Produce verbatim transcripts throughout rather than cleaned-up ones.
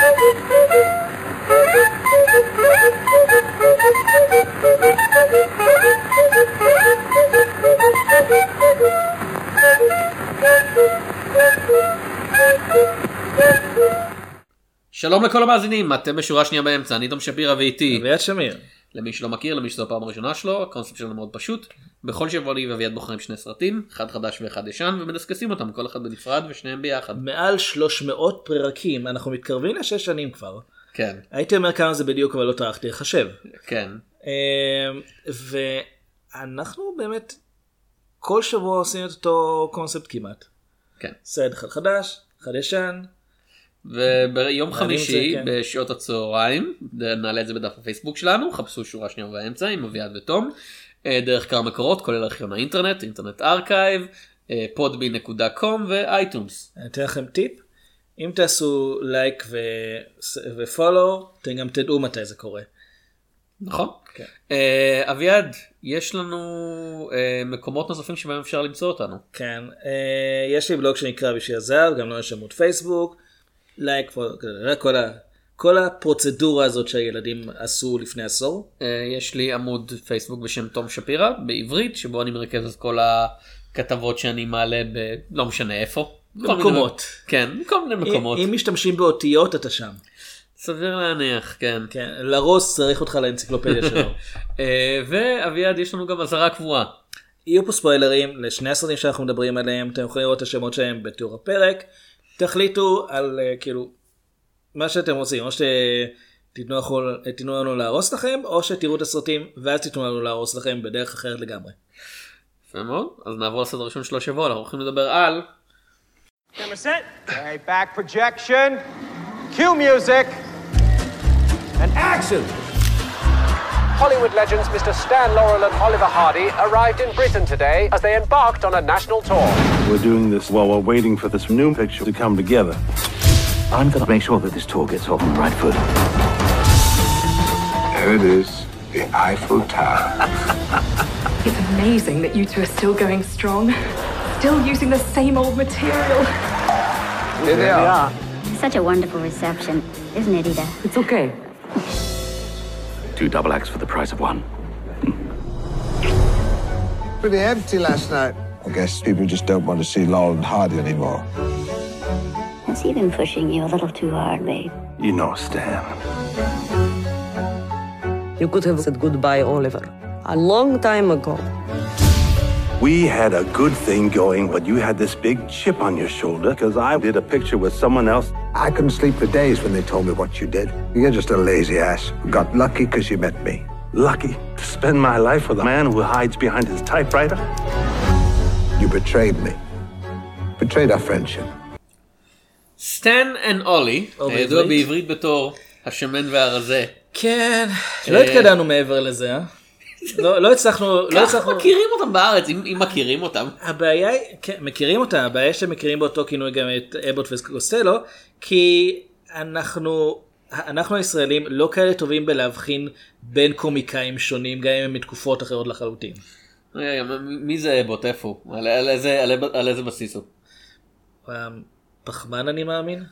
שלום לכל המאזינים, אתם בשורה שנייה באמצע, אני תום שפירא ואיתי אביעד שמיר. למי שלא מכיר, למי שזו הפעם הראשונה שלו, הקונספט שלנו מאוד פשוט. בכל שבוע לי ואביעד בוחרים שני סרטים, אחד חדש ואחד ישן, ומדסקסים אותם, כל אחד בנפרד ושניהם ביחד. מעל שלוש מאות פרקים, אנחנו מתקרבים לשש שנים כבר. כן. הייתי אומר כמה זה בדיוק, אבל לא טרחתי לחשב. כן. ואנחנו באמת כל שבוע עושים את אותו קונספט כמעט. כן. סרט אחד חדש, אחד ישן. וביום חמישי בשעות הצהריים נעלה את זה בדף הפייסבוק שלנו, חפשו שורה שנייה באמצע עם אביעד ותום, דרך כמה מקורות כולל ארכיון האינטרנט, אינטרנט ארכייב, פודבין נקודה קום ואייטונס. אני אתן לכם טיפ, אם תעשו לייק ופולו אתם גם תדעו מתי זה קורה. נכון. אביעד, יש לנו מקומות נוספים שבהם אפשר למצוא אותנו. כן, יש לי בלוג שנקרא בשביל הזהב, גם לא יש עמוד פייסבוק, לייק, כל, ה, כל הפרוצדורה הזאת שהילדים עשו לפני עשור. יש לי עמוד פייסבוק בשם תום שפירא בעברית, שבו אני מרכז את כל הכתבות שאני מעלה ב... לא משנה איפה. במקומות. כן, בכל מיני מקומות. אם משתמשים באותיות אתה שם. סביר להניח, כן. כן, לרוס צריך אותך לאנציקלופדיה שלו. ואביעד, יש לנו גם אזהרה קבועה. יהיו פה ספוילרים לשני הסרטים שאנחנו מדברים עליהם, אתם יכולים לראות את השמות שלהם בתיאור הפרק. תחליטו על כאילו מה שאתם רוצים, או שתיתנו לנו להרוס לכם, או שתראו את הסרטים ואז תיתנו לנו להרוס לכם בדרך אחרת לגמרי. יפה מאוד, אז נעבור לסרט הראשון של השבוע, אנחנו הולכים לדבר על... Camera set. Okay, back projection. Cue music. And action! Hollywood legends Mister Stan Laurel and Oliver Hardy arrived in Britain today as they embarked on a national tour. We're doing this while we're waiting for this new picture to come together. I'm going to make sure that this tour gets off on the right foot. There it is, the Eiffel Tower. It's amazing that you two are still going strong, still using the same old material. Here they are. Such a wonderful reception, isn't it, Ida? It's okay. Two double acts for the price of one. Pretty empty last night. I guess people just don't want to see Laurel and Hardy anymore. Has he been pushing you a little too hard, babe? You know, Stan. You could have said goodbye, Oliver, a long time ago. We had a good thing going, but you had this big chip on your shoulder because I did a picture with someone else. I couldn't sleep for days when they told me what you did. You're just a lazy ass who got lucky because you met me. Lucky to spend my life with a man who hides behind his typewriter? You betrayed me. Betrayed our friendship. Stan and Ollie, הידוע בעברית בתור השמן והרזה. כן, לא התקדמנו מעבר לזה, אה? לא הצלחנו, לא הצלחנו. מכירים אותם בארץ, אם מכירים אותם. הבעיה היא, כן, מכירים אותם, הבעיה שמכירים באותו כינוי גם את אבוט וקוסטלו, כי אנחנו, אנחנו הישראלים לא כאלה טובים בלהבחין בין קומיקאים שונים, גם אם הם מתקופות אחרות לחלוטין. מי זה אבוט? איפה? על איזה בסיס הוא? פחמן אני מאמין.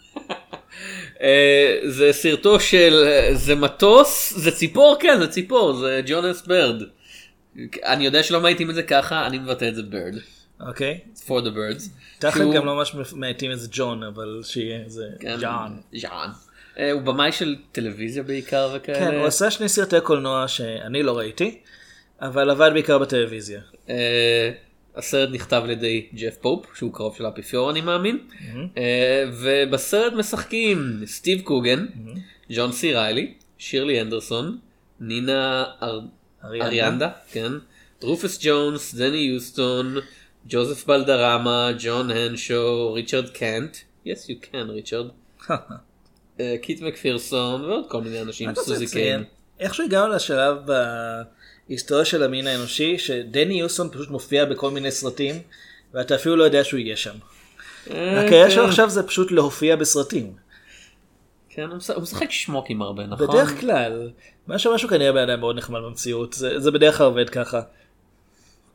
זה סרטו של, זה מטוס, זה ציפור, כן, זה ציפור, זה ג'ונס ברד. אני יודע שלא מעיטים את זה ככה, אני מבטא את זה ברד. אוקיי. for the birds. תכף גם לא ממש מעיטים את זה ג'ון, אבל שיהיה זה ג'ון. ג'ון. הוא במאי של טלוויזיה בעיקר וכאלה. כן, הוא עשה שני סרטי קולנוע שאני לא ראיתי, אבל עבד בעיקר בטלוויזיה. הסרט נכתב על ידי ג'ף פופ, שהוא קרוב של האפיפיור אני מאמין, ובסרט משחקים סטיב קוגן, ג'ון סי ריילי, שירלי אנדרסון, נינה אריאנדה, רופוס ג'ונס, דני יוסטון, ג'וזף בלדרמה, ג'ון הנשו, ריצ'רד קנט, yes you can ריצ'רד, קיט מקפירסון ועוד כל מיני אנשים, סוזי קיין. איכשהו הגענו לשלב בהיסטוריה של המין האנושי, שדני יוסטון פשוט מופיע בכל מיני סרטים, ואתה אפילו לא יודע שהוא יהיה שם. הקריאה שלו עכשיו זה פשוט להופיע בסרטים. כן, הוא משחק שמוקים הרבה, נכון? בדרך כלל, משהו משהו כנראה באדם מאוד נחמד במציאות, זה בדרך כלל עובד ככה. אוקיי.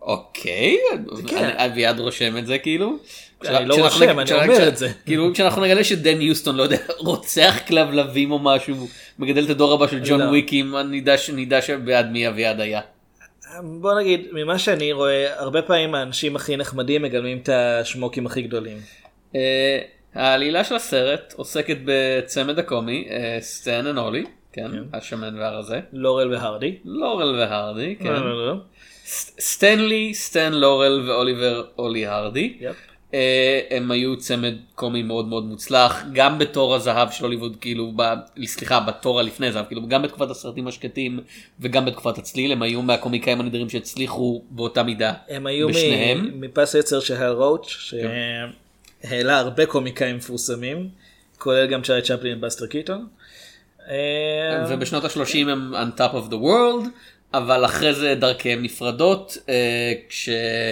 אוקיי, אביעד רושם את זה כאילו. אני לא רושם, אני אומר את זה. כאילו כשאנחנו נגלה שדן יוסטון, לא יודע, רוצח כלבלבים או משהו, מגדל את הדור הבא של ג'ון וויקים, נדע שבעד מי אביעד היה. בוא נגיד, ממה שאני רואה, הרבה פעמים האנשים הכי נחמדים מגלמים את השמוקים הכי גדולים. העלילה של הסרט עוסקת בצמד הקומי, סטן אנולי, כן, השמן והרזה. לורל והרדי. לורל והרדי, כן. סטנלי, סטן לורל ואוליבר אולי הרדי. הם היו צמד קומי מאוד מאוד מוצלח, גם בתור הזהב של הוליווד, כאילו, סליחה, בתור הלפני זהב, כאילו, גם בתקופת הסרטים השקטים וגם בתקופת הצליל, הם היו מהקומיקאים הנדירים שהצליחו באותה מידה בשניהם. הם היו מפס יצר של הל רוץ' שהעלה הרבה קומיקאים מפורסמים, כולל גם צ'ארלי צ'פלין ובאסטר קיטון. ובשנות ה-שלושים הם on top of the world, אבל אחרי זה דרכיהם נפרדות, כש...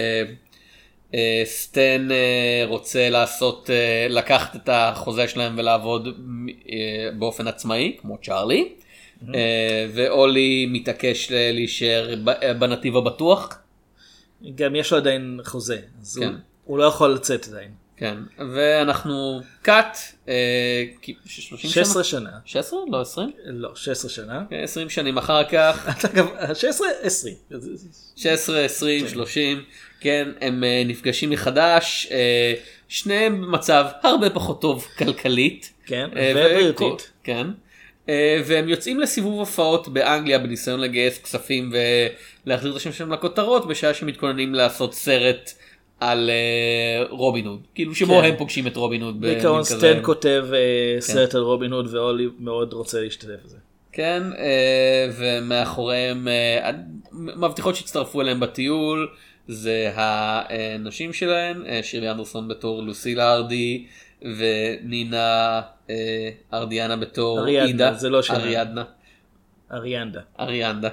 סטן רוצה לעשות, לקחת את החוזה שלהם ולעבוד באופן עצמאי, כמו צ'ארלי, ואולי מתעקש להישאר בנתיב הבטוח. גם יש לו עדיין חוזה, אז הוא לא יכול לצאת עדיין. כן, ואנחנו קאט, שש עשרה שנה. שש עשרה? לא עשרים? לא, שש עשרה שנה. עשרים שנים אחר כך. שש עשרה, עשרים. שש עשרה, עשרים, שלושים. כן, הם נפגשים מחדש, שניהם במצב הרבה פחות טוב כלכלית. כן, ובריאותית. כן, והם יוצאים לסיבוב הופעות באנגליה בניסיון לגייס כספים ולהחזיר את השם שלהם לכותרות, בשעה שמתכוננים לעשות סרט על רובין הוד, כאילו שבו הם פוגשים את רובין הוד. בעיקרון סטן כותב סרט על רובין הוד ואולי מאוד רוצה להשתתף בזה. כן, ומאחוריהם מבטיחות שהצטרפו אליהם בטיול, זה הנשים שלהם, שירלי אנדרסון בתור לוסילה ארדי, ונינה ארדיאנה בתור אידה. זה לא שלה. אריאדנה. אריאנדה. אריאנדה.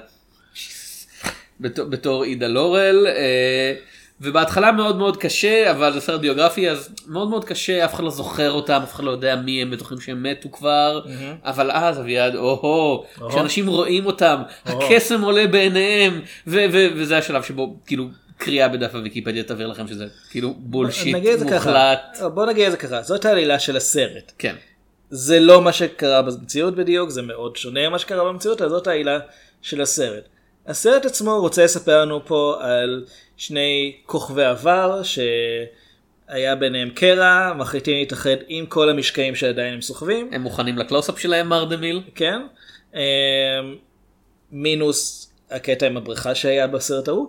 בתור אידה לורל, ובהתחלה מאוד מאוד קשה, אבל זה סרט ביוגרפי, אז מאוד מאוד קשה, אף אחד לא זוכר אותם, אף אחד לא יודע מי הם, בטוחים שהם מתו כבר, אבל אז אביעד, או-הו, כשאנשים רואים אותם, הקסם עולה בעיניהם, וזה השלב שבו, כאילו, קריאה בדף הוויקיפדיה תעביר לכם שזה, כאילו, בולשיט מוחלט. בוא נגיד את זה ככה, זאת העלילה של הסרט. כן. זה לא מה שקרה במציאות בדיוק, זה מאוד שונה מה שקרה במציאות, אז זאת העלילה של הסרט. הסרט עצמו רוצה לספר לנו פה על שני כוכבי עבר שהיה ביניהם קרע, מחליטים להתאחד עם כל המשקעים שעדיין הם סוחבים. הם מוכנים לקלוסאפ שלהם, מר דמיל. כן. מינוס הקטע עם הבריכה שהיה בסרט ההוא.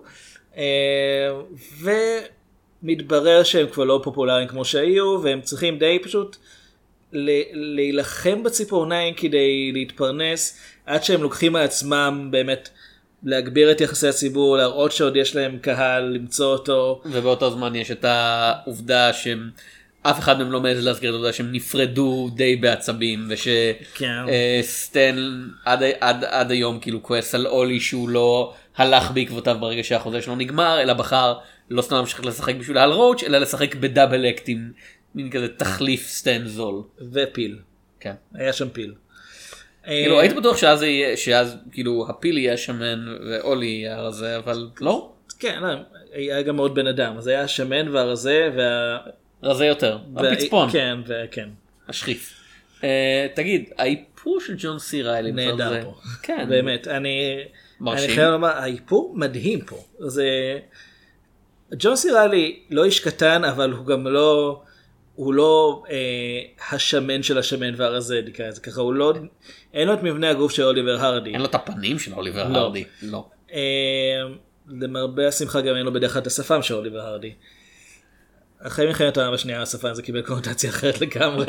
ומתברר שהם כבר לא פופולריים כמו שהיו, והם צריכים די פשוט להילחם בציפורניים כדי להתפרנס, עד שהם לוקחים על עצמם באמת להגביר את יחסי הציבור, להראות שעוד יש להם קהל, למצוא אותו. ובאותו זמן יש את העובדה שהם, אף אחד מהם לא מעז להזכיר את העובדה שהם נפרדו די בעצבים, ושסטן עד, עד, עד היום כאילו כועס על אולי שהוא לא הלך בעקבותיו ברגע שהחוזה שלו נגמר, אלא בחר לא סתם להמשיך לשחק בשביל הל רוץ', אלא לשחק בדאבל אקטים, מין כזה תחליף סטן זול. ופיל. כן. היה שם פיל. כאילו הייתי בטוח שאז יהיה, שאז כאילו הפיל יהיה שמן ואולי יהיה הרזה, אבל לא. כן, היה גם מאוד בן אדם, אז היה השמן והרזה וה... רזה יותר, הפצפון. כן, וכן. השחיף. תגיד, האיפור של ג'ון סי ריילי. נהדר פה. כן. באמת, אני... אני חייב לומר, האיפור מדהים פה. זה... ג'ון סי ריילי לא איש קטן, אבל הוא גם לא... הוא לא אה, השמן של השמן והרזה, נקרא את זה ככה, הוא לא, אין לו את מבנה הגוף של אוליבר הרדי. אין לו את הפנים של אוליבר לא. הרדי, לא. אה, למרבה השמחה גם אין לו בדרך כלל את השפם של אוליבר הרדי. אחרי מלחמת העולם השנייה השפם זה קיבל קונוטציה אחרת לגמרי.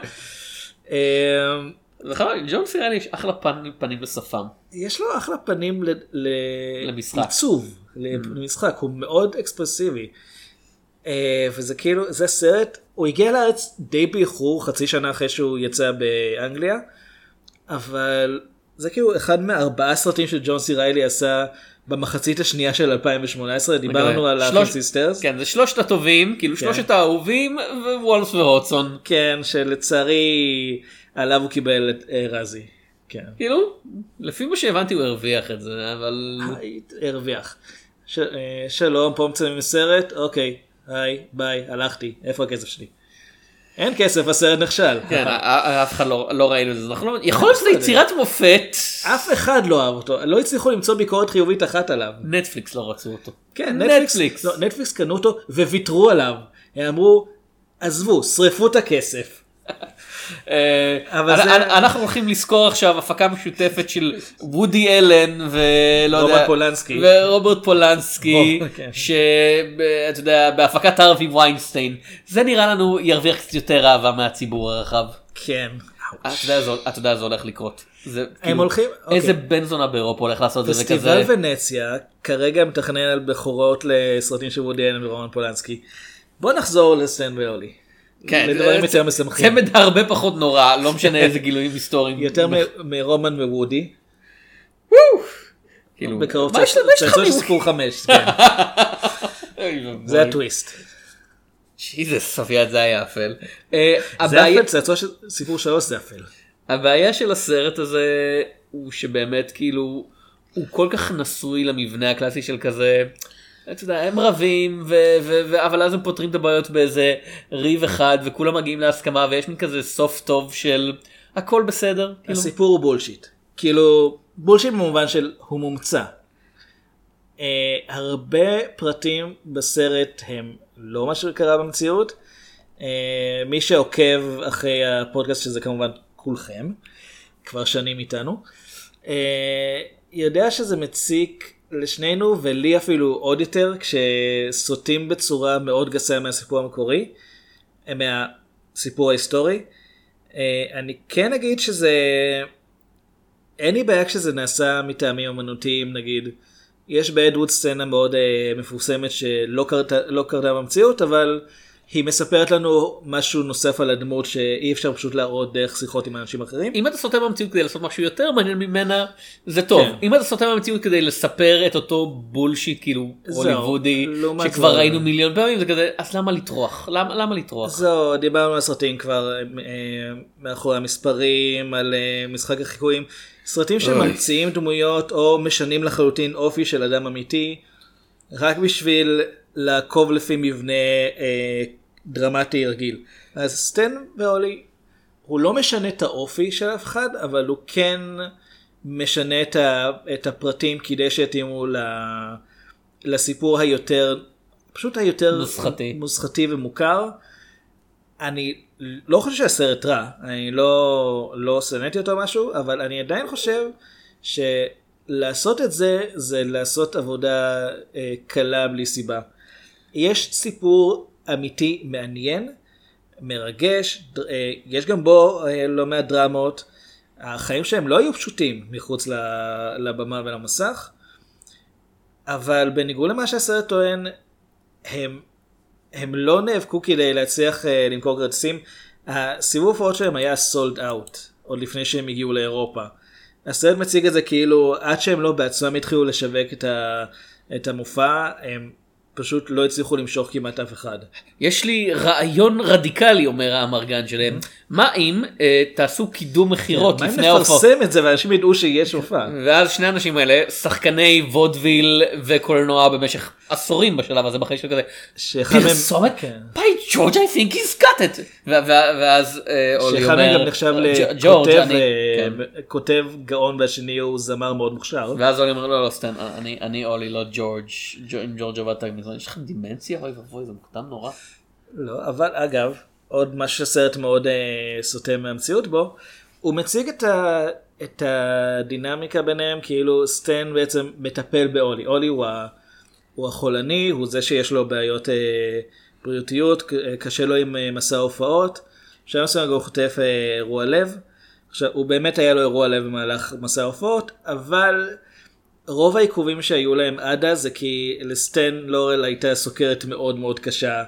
אה, ג'ון סי ריילי יש אחלה פנים, פנים לשפם. יש לו אחלה פנים ל, ל, למשחק. לעיצוב, למשחק, הוא מאוד אקספרסיבי. Uh, וזה כאילו, זה סרט, הוא הגיע לארץ די באיחור, חצי שנה אחרי שהוא יצא באנגליה, אבל זה כאילו אחד מהארבעה סרטים שג'ון סי ריילי עשה במחצית השנייה של אלפיים שמונה עשרה, דיברנו על האחים סיסטרס. כן, זה שלושת הטובים, כאילו כן. שלושת האהובים, ווולס ורוטסון. כן, שלצערי עליו הוא קיבל את uh, רזי. כן. כאילו, לפי מה שהבנתי הוא הרוויח את זה, אבל... הרוויח. ש... שלום, פה מצלמים סרט, אוקיי, היי, ביי, הלכתי, איפה הכסף שלי? אין כסף, הסרט נכשל. כן, אף אחד לא ראינו את זה. יכול להיות שזה יצירת מופת. אף אחד לא אהב אותו, לא הצליחו למצוא ביקורת חיובית אחת עליו. נטפליקס לא רצו אותו. כן, נטפליקס. נטפליקס קנו אותו וויתרו עליו. הם אמרו, עזבו, שרפו את הכסף. אנחנו הולכים לזכור עכשיו הפקה משותפת של וודי אלן ורוברט פולנסקי ורוברט פולנסקי שאתה יודע בהפקת הארווי ויינסטיין. זה נראה לנו ירוויח קצת יותר אהבה מהציבור הרחב. כן. אתה יודע זה הולך לקרות. הם הולכים איזה בן זונה באירופה הולך לעשות את זה כזה. פסטיבל ונציה כרגע מתכנן על בכורות לסרטים של וודי אלן ורוברט פולנסקי. בוא נחזור לסטן ואולי. לדברים יותר משמחים. צמד הרבה פחות נורא, לא משנה איזה גילויים היסטוריים. יותר מרומן ווודי. בקרוב צעצוע של סיפור חמש. זה הטוויסט. שיזס, אביעד זה היה אפל. זה אפל, צעצוע של סיפור שלוש זה אפל. הבעיה של הסרט הזה הוא שבאמת כאילו הוא כל כך נשוי למבנה הקלאסי של כזה... אתה יודע, הם רבים, ו- ו- ו- אבל אז הם פותרים את הבעיות באיזה ריב אחד, וכולם מגיעים להסכמה, ויש מין כזה סוף טוב של הכל בסדר. הסיפור הוא בולשיט. כאילו, בולשיט במובן של הוא מומצא. Uh, הרבה פרטים בסרט הם לא מה שקרה במציאות. Uh, מי שעוקב אחרי הפודקאסט, שזה כמובן כולכם, כבר שנים איתנו, uh, יודע שזה מציק... לשנינו ולי אפילו עוד יותר כשסוטים בצורה מאוד גסה מהסיפור המקורי, מהסיפור ההיסטורי. אני כן אגיד שזה, אין לי בעיה כשזה נעשה מטעמים אומנותיים, נגיד, יש באדווד סצנה מאוד מפורסמת שלא קרתה, לא קרתה במציאות, אבל היא מספרת לנו משהו נוסף על הדמות שאי אפשר פשוט להראות דרך שיחות עם אנשים אחרים. אם אתה סוטה במציאות כדי לעשות משהו יותר מעניין ממנה, זה טוב. כן. אם אתה סוטה במציאות כדי לספר את אותו בולשיט, כאילו הוליוודי, שכבר ראינו מיליון פעמים, זה כזה, אז למה לטרוח? למה, למה לטרוח? זהו, דיברנו על סרטים כבר מאחורי המספרים, על משחק החיקויים. סרטים שממציאים דמויות או משנים לחלוטין אופי של אדם אמיתי, רק בשביל לעקוב לפי מבנה אה, דרמטי רגיל. אז סטן ואולי, הוא לא משנה את האופי של אף אחד, אבל הוא כן משנה את, ה, את הפרטים כדי שיתאימו לסיפור היותר, פשוט היותר מוסחתי. מוסחתי ומוכר. אני לא חושב שהסרט רע, אני לא, לא סנאתי אותו משהו, אבל אני עדיין חושב שלעשות את זה, זה לעשות עבודה אה, קלה בלי סיבה. יש סיפור אמיתי מעניין, מרגש, יש גם בו לא מעט דרמות, החיים שהם לא היו פשוטים מחוץ לבמה ולמסך, אבל בניגוד למה שהסרט טוען, הם, הם לא נאבקו כדי להצליח למכור כרטיסים. הסיבוב הופעות שלהם היה סולד אאוט, עוד לפני שהם הגיעו לאירופה. הסרט מציג את זה כאילו, עד שהם לא בעצמם התחילו לשווק את, ה, את המופע, הם פשוט לא הצליחו למשוך כמעט אף אחד. יש לי רעיון רדיקלי, אומר האמרגן שלהם. מה אם תעשו קידום מחירות לפני ההופעות? מה אם נפרסם את זה ואנשים ידעו שיש הופעה? ואז שני האנשים האלה, שחקני וודוויל וקולנוע במשך עשורים בשלב הזה, בחיים של כזה, פרסומת? by George, I think he's got it. ואז אולי אומר, שאחד מהם גם נחשב לכותב גאון, והשני הוא זמר מאוד מוכשר. ואז אולי אומר, לא, לא, סטן, אני אולי לא ג'ורג', עם ג'ורג' עבדת מזמן, יש לכם דימנציה? אוי ובוי, זה מוקדם נורא. לא, אבל אגב, עוד מה שהסרט מאוד אה, סוטה מהמציאות בו, הוא מציג את, ה, את הדינמיקה ביניהם, כאילו סטן בעצם מטפל באולי. אולי הוא, ה, הוא החולני, הוא זה שיש לו בעיות אה, בריאותיות, קשה לו עם אה, מסע הופעות, שם מסוים הוא חוטף אה, אירוע לב, עכשיו הוא באמת היה לו אירוע לב במהלך מסע הופעות, אבל רוב העיכובים שהיו להם עד אז זה כי לסטן לורל הייתה סוכרת מאוד מאוד קשה,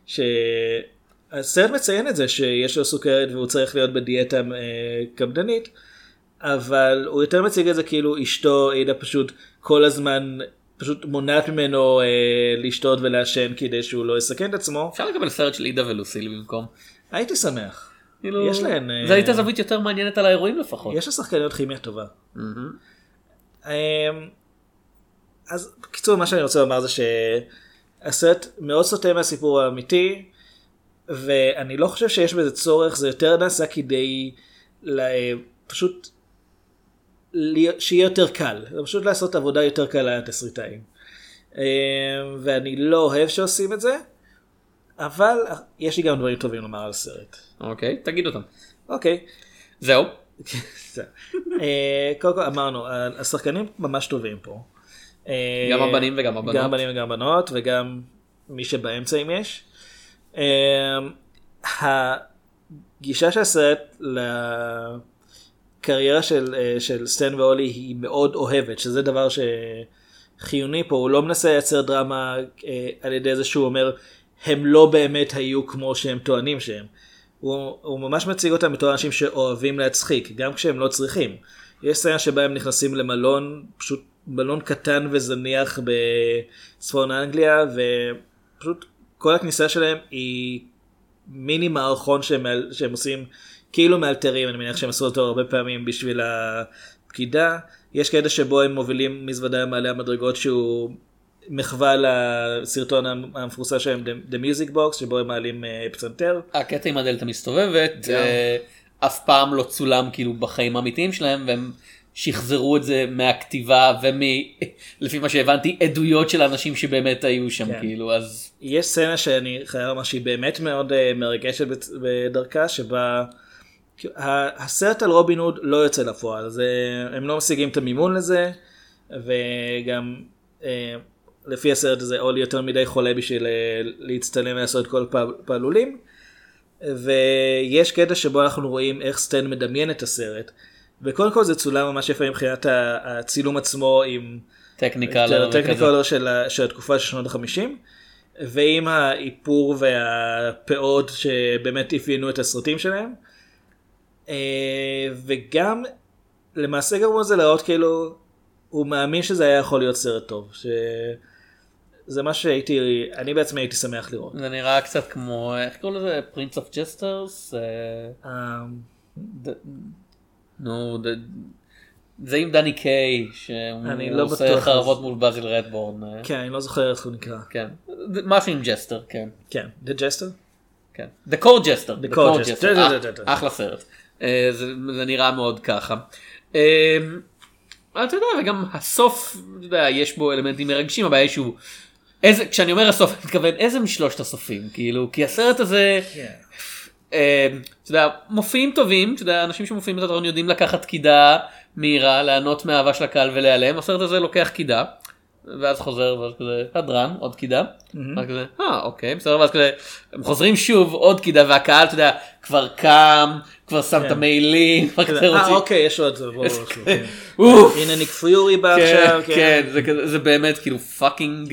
שהסרט מציין את זה שיש לו סוכרת והוא צריך להיות בדיאטה קפדנית, אבל הוא יותר מציג את זה כאילו אשתו עידה פשוט כל הזמן פשוט מונעת ממנו לשתות ולעשן כדי שהוא לא יסכן את עצמו. אפשר לקבל סרט של עידה ולוסיל במקום. הייתי שמח. יש להן... זה הייתה זווית יותר מעניינת על האירועים לפחות. יש לשחקניות כימיה טובה. אז בקיצור, מה שאני רוצה לומר זה שהסרט מאוד סוטה מהסיפור האמיתי, ואני לא חושב שיש בזה צורך, זה יותר נעשה כדי לה, פשוט שיהיה יותר קל, זה פשוט לעשות עבודה יותר קלה לתסריטאים. ואני לא אוהב שעושים את זה, אבל יש לי גם דברים טובים לומר על הסרט. אוקיי, תגיד אותם. אוקיי. זהו. קודם כל אמרנו, השחקנים ממש טובים פה. גם הבנים וגם הבנות. גם הבנים וגם הבנות, וגם מי שבאמצע אם יש. הגישה של הסרט לקריירה של, של סטן ואולי היא מאוד אוהבת, שזה דבר שחיוני פה. הוא לא מנסה לייצר דרמה על ידי זה שהוא אומר, הם לא באמת היו כמו שהם טוענים שהם. הוא, הוא ממש מציג אותם בתור אנשים שאוהבים להצחיק, גם כשהם לא צריכים. יש סצנה שבה הם נכנסים למלון, פשוט מלון קטן וזניח בצפון אנגליה, ופשוט כל הכניסה שלהם היא מיני מערכון שהם, שהם עושים כאילו מאלתרים, אני מניח שהם עשו אותו הרבה פעמים בשביל הפקידה. יש קטע שבו הם מובילים מזוודה מעלה המדרגות שהוא מחווה לסרטון המפורסם שלהם, The Music Box, שבו הם מעלים פסנתר. הקטע עם הדלת המסתובבת, אף פעם לא צולם כאילו בחיים האמיתיים שלהם, והם שחזרו את זה מהכתיבה, ולפי מה שהבנתי, עדויות של אנשים שבאמת היו שם, כאילו, אז... יש סצנה שאני חייב לומר שהיא באמת מאוד מרגשת בדרכה, שבה הסרט על רובין הוד לא יוצא לפועל, הם לא משיגים את המימון לזה, וגם... לפי הסרט הזה אולי יותר מדי חולה בשביל להצטלם ולעשות את כל פעלולים, ויש קטע שבו אנחנו רואים איך סטן מדמיין את הסרט, וקודם כל זה צולם ממש יפה מבחינת הצילום עצמו עם טכניקלר של, של התקופה של שנות החמישים, ועם האיפור והפאות שבאמת אפיינו את הסרטים שלהם, וגם למעשה גרמו זה לראות כאילו הוא מאמין שזה היה יכול להיות סרט טוב, שזה מה שהייתי, אני בעצמי הייתי שמח לראות. זה נראה קצת כמו, איך קוראים לזה? פרינס אוף ג'סטרס? נו, זה עם דני קיי, שהוא עושה חרבות מול בזיל רדבורן. כן, אני לא זוכר איך הוא נקרא. כן, משהו עם ג'סטר, כן. כן, The Jester? כן, The Court Jester. The Court Jester. אחלה סרט. זה נראה מאוד ככה. אתה יודע, וגם הסוף, אתה יודע, יש בו אלמנטים מרגשים, הבעיה שהוא, איזה, כשאני אומר הסוף, אני מתכוון, איזה משלושת הסופים, כאילו, כי הסרט הזה, אתה יודע, מופיעים טובים, אתה יודע, אנשים שמופיעים בתיאטרון יודעים לקחת קידה מהירה, לענות מהאהבה של הקהל ולהיעלם, הסרט הזה לוקח קידה, ואז חוזר, ואז כזה, הדרן, עוד קידה, ואז כזה, אה, אוקיי, בסדר, ואז כזה, הם חוזרים שוב, עוד קידה, והקהל, אתה יודע, כבר קם, כבר שם את המיילים, אה, אוקיי, יש עוד, הנה ניק פיורי בא עכשיו, כן, זה באמת כאילו פאקינג,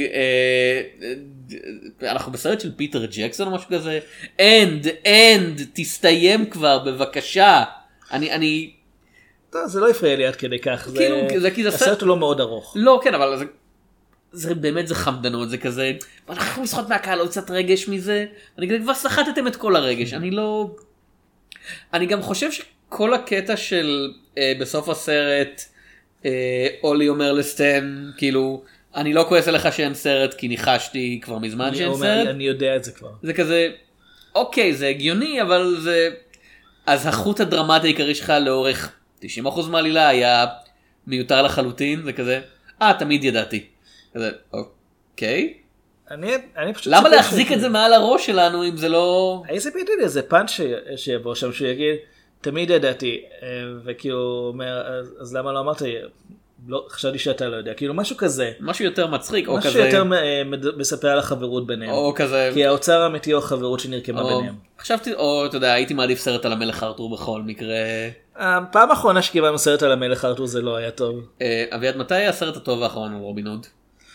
אנחנו בסרט של פיטר ג'קסון או משהו כזה, אנד, אנד, תסתיים כבר, בבקשה, אני, אני, זה לא הפריע לי עד כדי כך, הסרט הוא לא מאוד ארוך. לא, כן, אבל זה באמת זה חמדנות, זה כזה, אנחנו יכולים לשחות מהקהל עוד קצת רגש מזה, אני כבר סחטתם את כל הרגש, אני לא... אני גם חושב שכל הקטע של בסוף הסרט, אולי אומר לסטן, כאילו, אני לא כועס עליך שאין סרט, כי ניחשתי כבר מזמן שאין סרט. אני יודע את זה כבר. זה כזה, אוקיי, זה הגיוני, אבל זה... אז החוט הדרמטי העיקרי שלך לאורך תשעים אחוז מהעלילה היה מיותר לחלוטין, זה כזה, אה, תמיד ידעתי. כזה, אוקיי. אני, אני פשוט... למה להחזיק את זה מעל הראש שלנו אם זה לא... אני ציפיתי לי איזה פאנץ' שיבוא שם שהוא יגיד, תמיד ידעתי, וכאילו אומר, אז למה לא אמרת, לא, חשבתי שאתה לא יודע, כאילו משהו כזה. משהו יותר מצחיק, או משהו כזה... משהו יותר מספר על החברות ביניהם. או כזה... כי האוצר האמיתי הוא החברות שנרקמה או... ביניהם. חשבתי, או אתה יודע, הייתי מעדיף סרט על המלך ארתור בכל מקרה. הפעם האחרונה שקיבלנו סרט על המלך ארתור זה לא היה טוב. אביעד, מתי היה הסרט הטוב האחרון על רובין הוד?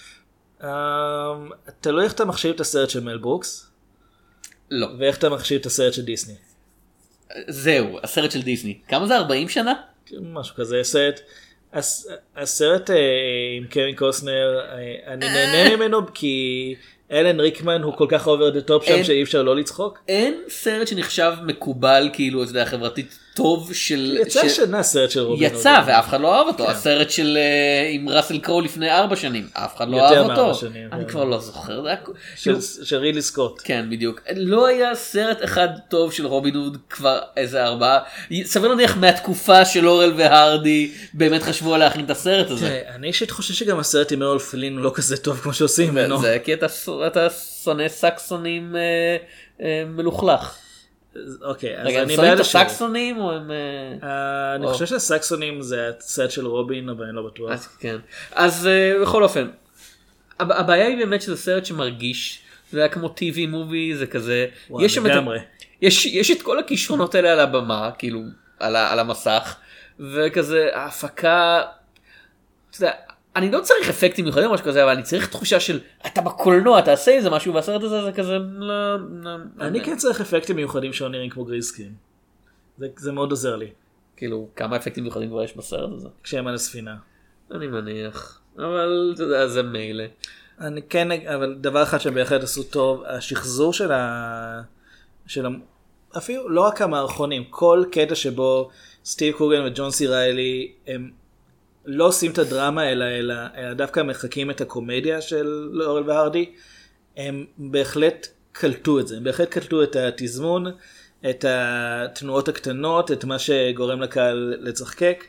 תלוי איך אתה מחשיב את הסרט של מל ברוקס. לא. ואיך אתה מחשיב את הסרט של דיסני. זהו, הסרט של דיסני. כמה זה? ארבעים שנה? משהו כזה. הסרט, הסרט עם קווין קוסנר, אני נהנה ממנו כי אלן ריקמן הוא כל כך אובר דה טופ שם שאי אפשר לא לצחוק. אין סרט שנחשב מקובל כאילו, אתה יודע, חברתית טוב של... יצא שנה סרט של רובין הוד. יצא ואף אחד לא אהב אותו. הסרט של עם ראסל קרו לפני ארבע שנים, אף אחד לא אהב אותו. אני כבר לא זוכר. של רילי סקוט. כן, בדיוק. לא היה סרט אחד טוב של רובין הוד כבר איזה ארבעה. סביר להניח מהתקופה של לורל והרדי באמת חשבו להכין את הסרט הזה. אני אישית חושב שגם הסרט עם ארול פלין הוא לא כזה טוב כמו שעושים ממנו. זה כי אתה שונא סקסונים מלוכלך. אוקיי, אז רגע, אני הם שונאים את השיר. הסקסונים או הם... אני חושב שהסקסונים זה הסרט של רובין, אבל אני לא בטוח. אז כן. אז בכל אופן, הבעיה היא באמת שזה סרט שמרגיש, זה היה כמו טי.וי מובי, זה כזה... יש לגמרי. יש את כל הכישרונות האלה על הבמה, כאילו, על המסך, וכזה, ההפקה... אתה יודע, אני לא צריך אפקטים מיוחדים או משהו כזה, אבל אני צריך תחושה של אתה בקולנוע, תעשה איזה משהו, והסרט הזה זה כזה... אני כן צריך אפקטים מיוחדים שלא נראים כמו גריסקרין. זה מאוד עוזר לי. כאילו, כמה אפקטים מיוחדים כבר יש בסרט הזה? כשהם על הספינה. אני מניח, אבל אתה יודע, זה מילא. אני כן, אבל דבר אחד שהם בהחלט עשו טוב, השחזור של ה... של ה... אפילו לא רק המערכונים, כל קטע שבו סטיב קוגן וג'ון סי ריילי הם לא עושים את הדרמה אלא, אלא, אלא דווקא מחקים את הקומדיה של לורל והרדי, הם בהחלט קלטו את זה, הם בהחלט קלטו את התזמון, את התנועות הקטנות, את מה שגורם לקהל לצחקק.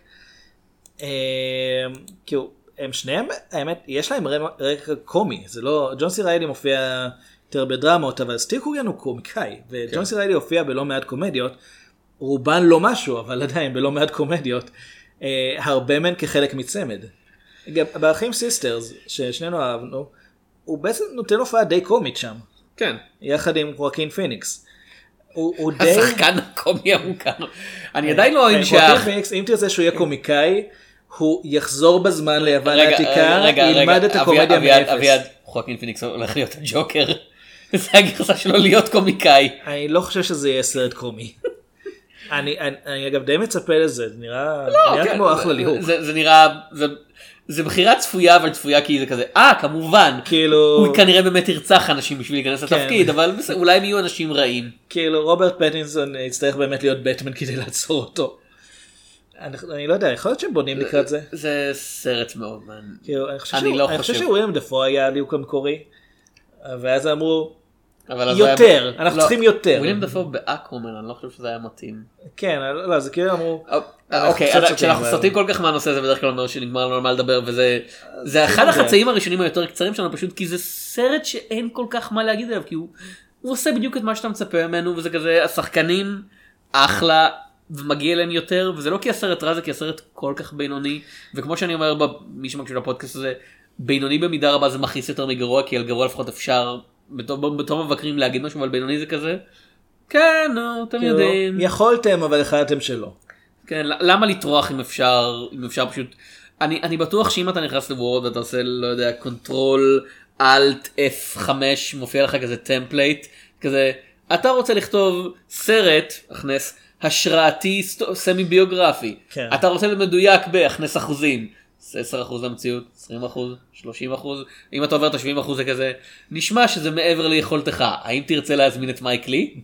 כאילו, הם שניהם, האמת, יש להם רקע קומי, זה לא, ג'ון סי ריילי מופיע יותר בדרמות, אבל סטיב קוגן הוא קומיקאי, וג'ון סי ריילי הופיע בלא מעט קומדיות, רובן לא משהו, אבל עדיין בלא מעט קומדיות, הרבה מהן כחלק מצמד. גם באחים סיסטרס, ששנינו אהבנו, הוא בעצם נותן הופעה די קומית שם. כן. יחד עם חואקין פיניקס. הוא די... השחקן הקומי המוכר. אני עדיין לא אוהב חואקין פיניקס, אם תרצה שהוא יהיה קומיקאי, הוא יחזור בזמן ליוון העתיקה, ילמד את הקומדיה מאפס. אביעד, חואקין פיניקס הולך להיות הג'וקר. זה הגרסה שלו להיות קומיקאי. אני לא חושב שזה יהיה סרט קומי. אני, אני, אני אגב די מצפה לזה, זה נראה, לא, נראה כן, כמו אחלה ליהוק. זה, זה נראה, זה, זה בחירה צפויה, אבל צפויה כי זה כזה, אה, כמובן, כאילו... הוא כנראה באמת ירצח אנשים בשביל להיכנס כן. לתפקיד, אבל אולי הם יהיו אנשים רעים. כאילו רוברט פטינסון יצטרך באמת להיות בטמן כדי לעצור אותו. אני, אני לא יודע, יכול להיות שהם בונים לקראת זה. זה סרט מאוד מעניין. כאילו, אני חושב, אני שהוא, לא אני חושב. חושב שוויליאם דפו היה הליהוק המקורי, ואז אמרו, יותר, היה... אנחנו לא, צריכים יותר. וויליאם דפו באקוומן, אני לא חושב שזה היה מתאים. כן, לא, זה כאילו אמרו... אוקיי, כשאנחנו סרטים כל כך מהנושא זה בדרך כלל אומר שנגמר לנו על מה לדבר, וזה זה אחד החצאים הראשונים היותר קצרים שלנו, פשוט כי זה סרט שאין כל כך מה להגיד עליו, כי הוא עושה בדיוק את מה שאתה מצפה ממנו, וזה כזה, השחקנים אחלה, ומגיע אליהם יותר, וזה לא כי הסרט רע, זה כי הסרט כל כך בינוני, וכמו שאני אומר במי שמקשיב לפודקאסט הזה, בינוני במידה רבה זה מכעיס יותר מגרוע, כי על גרוע לפחות אפשר בתור מבקרים להגיד משהו, אבל בינוני זה כזה, כן, נו, אתם יודעים. יכולתם, אבל החלטתם שלא. כן, למה לטרוח אם אפשר, אם אפשר פשוט, אני, אני בטוח שאם אתה נכנס לוורד ואתה עושה, לא יודע, קונטרול, אלט, אף חמש, מופיע לך כזה טמפלייט, כזה, אתה רוצה לכתוב סרט, הכנס, השראתי, סמי ביוגרפי, כן. אתה רוצה למדויק בהכנס אחוזים, עשרה אחוז למציאות, עשרים אחוז, שלושים אחוז, אם אתה עובר את ה-שבעים אחוז זה כזה, נשמע שזה מעבר ליכולתך, האם תרצה להזמין את מייק לי?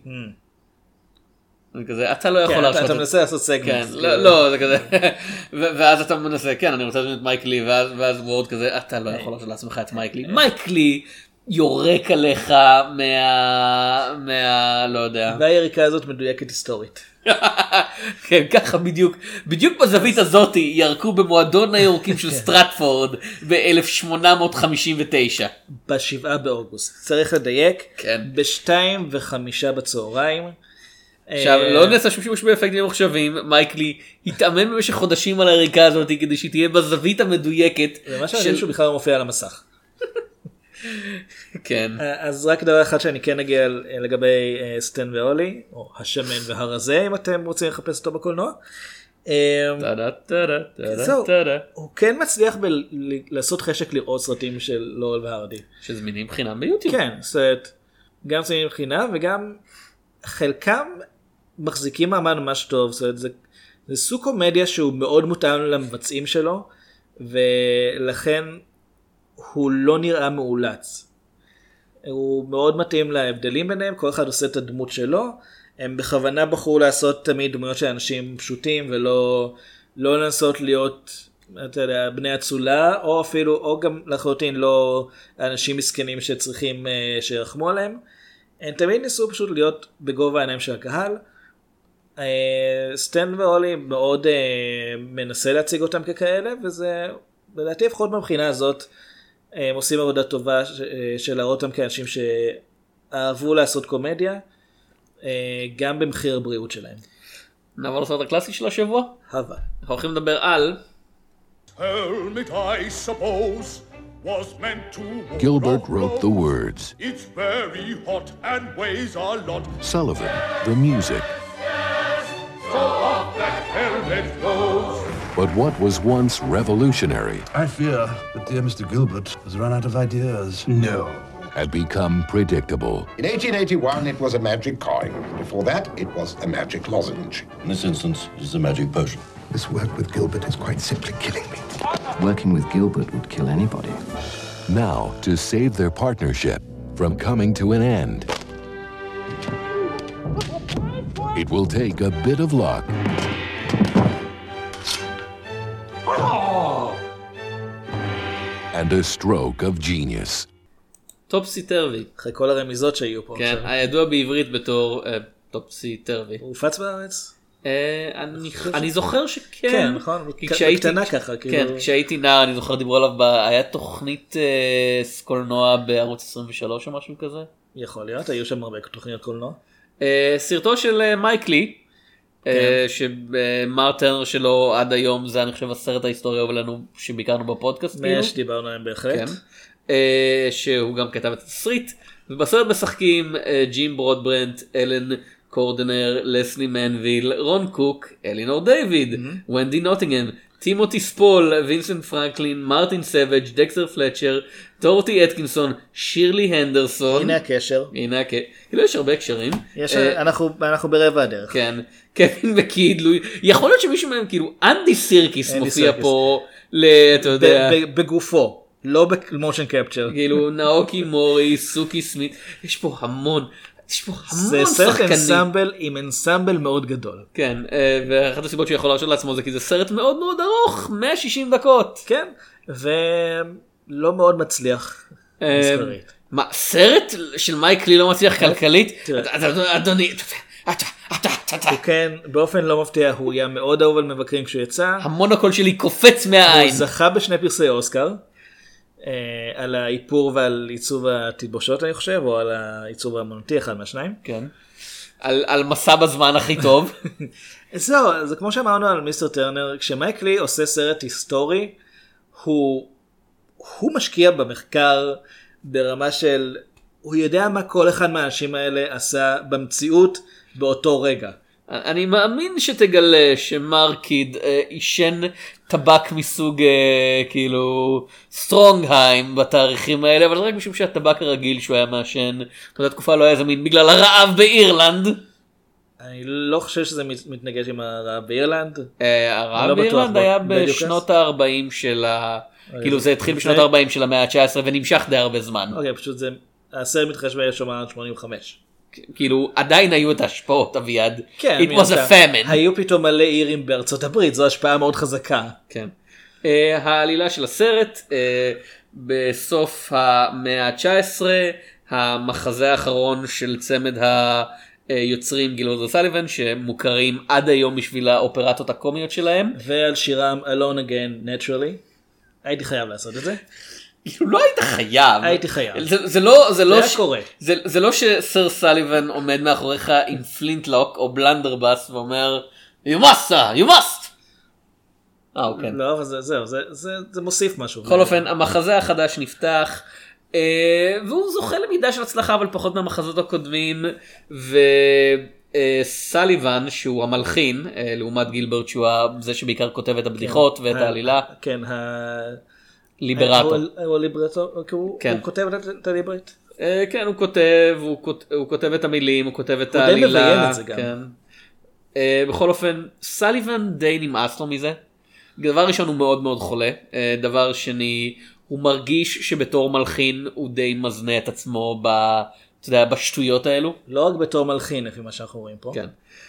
כזה, אתה לא יכול להרשות. אתה מנסה לעשות סגמנט. לא, זה כזה, ואז אתה מנסה, כן, אני רוצה להזמין את מייק לי, ואז וורד כזה, אתה לא יכול להרשות לעצמך את מייק לי. מייק לי יורק עליך מה, לא יודע. והיריקה הזאת מדויקת היסטורית. כן, ככה בדיוק, בדיוק בזווית הזאת ירקו במועדון היורקים של סטרטפורד ב-אלף שמונה מאות חמישים ותשע. בשבעה באוגוסט. צריך לדייק, כן. בשתיים וחמישה בצהריים. עכשיו, לא נעשה שום שימוש באפקטים מחשבים, מייק לי התאמן במשך חודשים על היריקה הזאת כדי שהיא תהיה בזווית המדויקת. זה מה שאני שהוא בכלל לא מופיע על המסך. כן. אז רק דבר אחד שאני כן אגיע לגבי סטן ואולי, או השמן והרזה, אם אתם רוצים לחפש אותו בקולנוע. זהו, הוא כן מצליח לעשות חשק לראות סרטים של לורל והרדי. שזמינים חינם ביוטיוב. כן, סרט, גם זמינים חינם וגם חלקם מחזיקים מעמד ממש טוב, זאת אומרת, זה, זה סוג קומדיה שהוא מאוד מותאם למבצעים שלו, ולכן הוא לא נראה מאולץ. הוא מאוד מתאים להבדלים ביניהם, כל אחד עושה את הדמות שלו, הם בכוונה בחרו לעשות תמיד דמויות של אנשים פשוטים, ולא לא לנסות להיות, אתה יודע, בני אצולה, או אפילו, או גם לחלוטין לא אנשים מסכנים שצריכים uh, שירחמו עליהם. הם תמיד ניסו פשוט להיות בגובה העיניים של הקהל. Uh, סטן ואולי מאוד uh, מנסה להציג אותם ככאלה, וזה, לדעתי לפחות מבחינה הזאת, הם עושים עבודה טובה ש, של להראות אותם כאנשים שאהבו לעשות קומדיה, uh, גם במחיר הבריאות שלהם. נעבור לסרט הקלאסי של השבוע? הווה. אנחנו הולכים לדבר על... Helmet, I suppose, was meant to... Gilbert wrote the words. It's very hot and weighs a lot. Sullivan, the music. So off that helmet goes. But what was once revolutionary... I fear that dear Mister Gilbert has run out of ideas. No. Had become predictable. In eighteen eighty-one, it was a magic coin. Before that, it was a magic lozenge. In this instance, it is a magic potion. This work with Gilbert is quite simply killing me. Working with Gilbert would kill anybody. Now, to save their partnership from coming to an end, it will take a bit of luck and a stroke of genius. טופסי טרווי. אחרי כל הרמיזות שהיו פה. כן, הידוע בעברית בתור טופסי טרווי. הוא הופץ בארץ? אני זוכר שכן. כן, נכון, קטנה ככה. כן, כשהייתי נער אני זוכר דיברו עליו, היה תוכנית קולנוע בערוץ עשרים ושלוש או משהו כזה. יכול להיות, היו שם הרבה תוכניות קולנוע. סרטו של מייק לי, שמר טרנר שלו עד היום זה אני חושב הסרט ההיסטורי אבל לנו שביקרנו בפודקאסט. שדיברנו עליהם בהחלט. שהוא גם כתב את הסריט, ובסרט משחקים ג'ים ברודברנט, אלן קורדנר, לסלי מנוויל, רון קוק, אלינור דיוויד, ונדי נוטינגהם, טימותי ספול, וינסנט פרנקלין, מרטין סבג', דקסטר פלצ'ר, טורטי אטקינסון, שירלי הנדרסון. הנה הקשר. הנה הקשר. כאילו יש הרבה קשרים. אנחנו ברבע הדרך. כן. קווין וקידלוי. יכול להיות שמישהו מהם כאילו אנדי סירקיס מופיע פה, אתה יודע. בגופו. לא במושן קפצ'ר. כאילו נאוקי מורי, סוקי סמית, יש פה המון, יש פה המון שחקנים. זה סרט אנסמבל עם אנסמבל מאוד גדול. כן, ואחת הסיבות שהוא יכול להרשות לעצמו זה כי זה סרט מאוד מאוד ארוך, מאה ושישים דקות. כן, ולא מאוד מצליח מסחרית. מה, סרט של מייק לי לא מצליח כלכלית? אדוני, אתה, אתה, אתה. הוא כן, באופן לא מפתיע, הוא היה מאוד אהוב על מבקרים כשהוא יצא. המונוקול שלי קופץ מהעין. הוא זכה בשני פרסי אוסקר. על האיפור ועל עיצוב התלבושות אני חושב, או על העיצוב האמנותי, אחד מהשניים. כן. על מסע בזמן הכי טוב. זהו, זה כמו שאמרנו על מיסטר טרנר, כשמייק לי עושה סרט היסטורי, הוא משקיע במחקר ברמה של, הוא יודע מה כל אחד מהאנשים האלה עשה במציאות באותו רגע. אני מאמין שתגלה שמרקיד אישן טבק מסוג כאילו סטרונגהיים בתאריכים האלה, אבל רק משום שהטבק הרגיל שהוא היה מעשן באותה תקופה לא היה זמין בגלל הרעב באירלנד. אני לא חושב שזה מתנגש עם הרעב באירלנד. הרעב באירלנד היה בשנות ה-ארבעים של ה... כאילו זה התחיל בשנות ה-ארבעים של המאה ה-תשע עשרה ונמשך די הרבה זמן. אוקיי, פשוט זה... הסרט מתחשב ב-אלף שמונים וחמש. כאילו עדיין היו את ההשפעות אביעד. כן, it was a famine. היו פתאום מלא עירים בארצות הברית, זו השפעה מאוד חזקה. כן. העלילה של הסרט, בסוף המאה ה-תשע עשרה, המחזה האחרון של צמד היוצרים גילברד וסאליבן, שמוכרים עד היום בשביל האופרטות הקומיות שלהם. ועל שירם Alone Again Naturally. הייתי חייב לעשות את זה. כאילו לא היית חייב. הייתי חייב. זה, זה לא, זה לא, זה קורה. זה, זה לא שסר סאליבן עומד מאחוריך עם פלינטלוק או בלנדרבאס ואומר, you must, you must. אה, אוקיי. לא, אבל זה, זהו, זה, זה, זה מוסיף משהו. בכל אופן, המחזה החדש נפתח, אה, והוא זוכה למידה של הצלחה, אבל פחות מהמחזות הקודמים, וסאליבן, שהוא המלחין, אה, לעומת גילברט, שהוא זה שבעיקר כותב את הבדיחות כן, ואת העלילה. כן, ה... ליברטו. הוא ליברטו, הוא כותב את הליברט? כן, הוא כותב, הוא כותב את המילים, הוא כותב את העלילה. הוא די מביים את זה גם. בכל אופן, סאליבן די נמאס לו מזה. דבר ראשון הוא מאוד מאוד חולה. דבר שני, הוא מרגיש שבתור מלחין הוא די מזנה את עצמו אתה יודע, בשטויות האלו. לא רק בתור מלחין, לפי מה שאנחנו רואים פה. כן.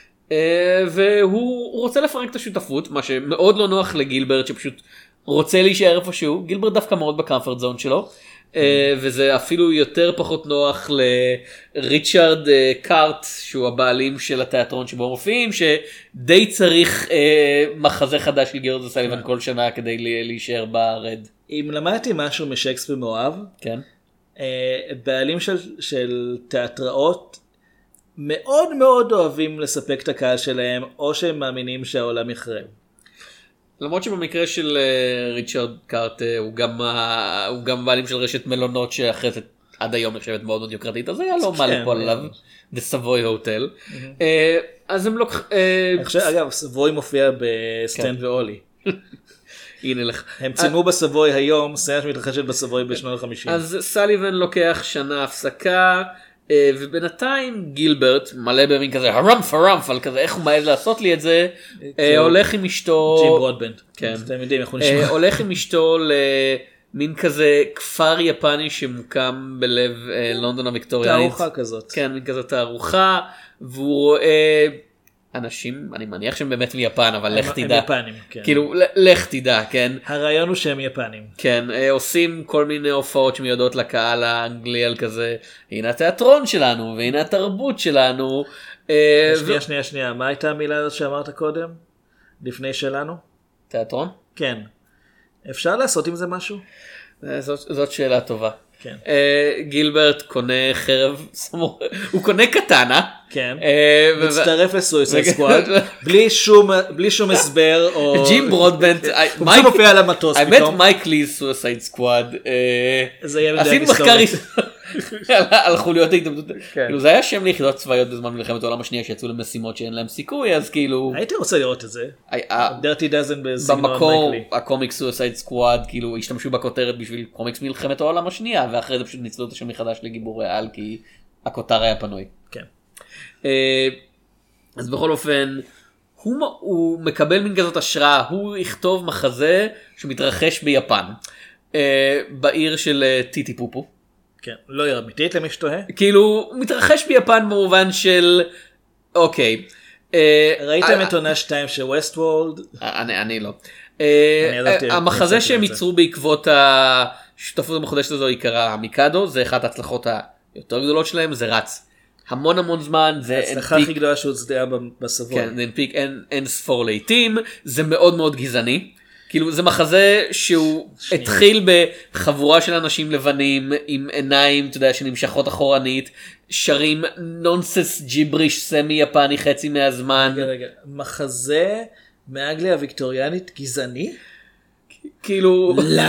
והוא רוצה לפרק את השותפות, מה שמאוד לא נוח לגילברט, שפשוט רוצה להישאר איפשהו. גילברט דווקא מאוד בקמפרט זון שלו, וזה אפילו יותר פחות נוח לריצ'רד קארט, שהוא הבעלים של התיאטרון שבו מופיעים, שדי צריך מחזה חדש של גירד סליבן כל שנה כדי להישאר ברד. אם למדתי משהו משייקספיר מאוהב, כן. בעלים של, של תיאטראות מאוד מאוד אוהבים לספק את הקהל שלהם, או שהם מאמינים שהעולם יחרב. למרות שבמקרה של ריצ'רד קארט הוא גם הוא גם בעלים של רשת מלונות שאחרי זה עד היום נחשבת מאוד מאוד יוקרתית, אז היה לו מה לפעול עליו, The Savoy Hotel. אז הם לוקחים... אגב, סבוי מופיע בסטנד ואולי. הנה לך. הם צילמו בסבוי היום, סצנה שמתרחשת בסבוי בשנות ה-חמישים. אז סליבן לוקח שנה הפסקה, ובינתיים גילברט מלא במין כזה הרמף הרמף על כזה איך הוא מעז לעשות לי את זה, הולך עם אשתו ג'ים ברודבנד, אתם יודעים איך הוא נשמע, הולך עם אשתו למין כזה כפר יפני שמוקם בלב לונדון הוויקטוריאנית, תערוכה כזאת, כן, מין כזאת תערוכה, והוא רואה אנשים, אני מניח שהם באמת מיפן, אבל לך תדע. הם יפנים, כן. כאילו, לך תדע, כן. הרעיון הוא שהם יפנים. כן, עושים כל מיני הופעות שמיודעות לקהל האנגלי על כזה, הנה התיאטרון שלנו, והנה התרבות שלנו. שנייה, שנייה, שנייה, מה הייתה המילה הזאת שאמרת קודם? לפני שלנו? תיאטרון? כן. אפשר לעשות עם זה משהו? זאת, זאת שאלה טובה. כן. גילברט קונה חרב, הוא קונה קטנה. כן. מצטרף לסויסייד סקוואד, בלי שום הסבר. ג'ים ברודבנט, הוא פשוט מופיע על המטוס פתאום. האמת מייק לי סויסייד סקוואד, עשינו מחקר על חוליות ההתאבדות, זה היה שם ליחידות צבאיות בזמן מלחמת העולם השנייה שיצאו למשימות שאין להם סיכוי, אז כאילו... הייתי רוצה לראות את זה. דרטי דזן בסגנון מייק במקור לי. הקומיקס סויסייד סקוואד כאילו השתמשו בכותרת בשביל קומיקס מלחמת העולם השנייה, ואחרי זה פשוט ניצלו את השם מחדש לגיבורי על כי הכותר היה פנוי. כן. אז בכל אופן הוא, הוא מקבל מין כזאת השראה, הוא יכתוב מחזה שמתרחש ביפן, בעיר של טיטי פופו. כן, לא עיר אמיתית למי שתוהה. כאילו הוא מתרחש ביפן במובן של אוקיי. ראיתם את עונה שתיים של ווסט וורלד? אני, אני לא. המחזה שהם ייצרו בעקבות השותפות המחודשת הזו יקרה המיקדו, זה אחת ההצלחות היותר גדולות שלהם, זה רץ המון המון זמן, זה ההצלחה הכי גדולה שהוצדעה בסבוי. כן, זה הנפיק אין, אין ספור לעיתים, זה מאוד מאוד גזעני. כאילו זה מחזה שהוא שנייה. התחיל בחבורה של אנשים לבנים עם עיניים, אתה יודע, שנמשכות אחורנית, שרים נונסנס ג'יבריש סמי יפני חצי מהזמן. רגע, רגע, מחזה מאנגליה הוויקטוריאנית גזעני? כאילו... לא...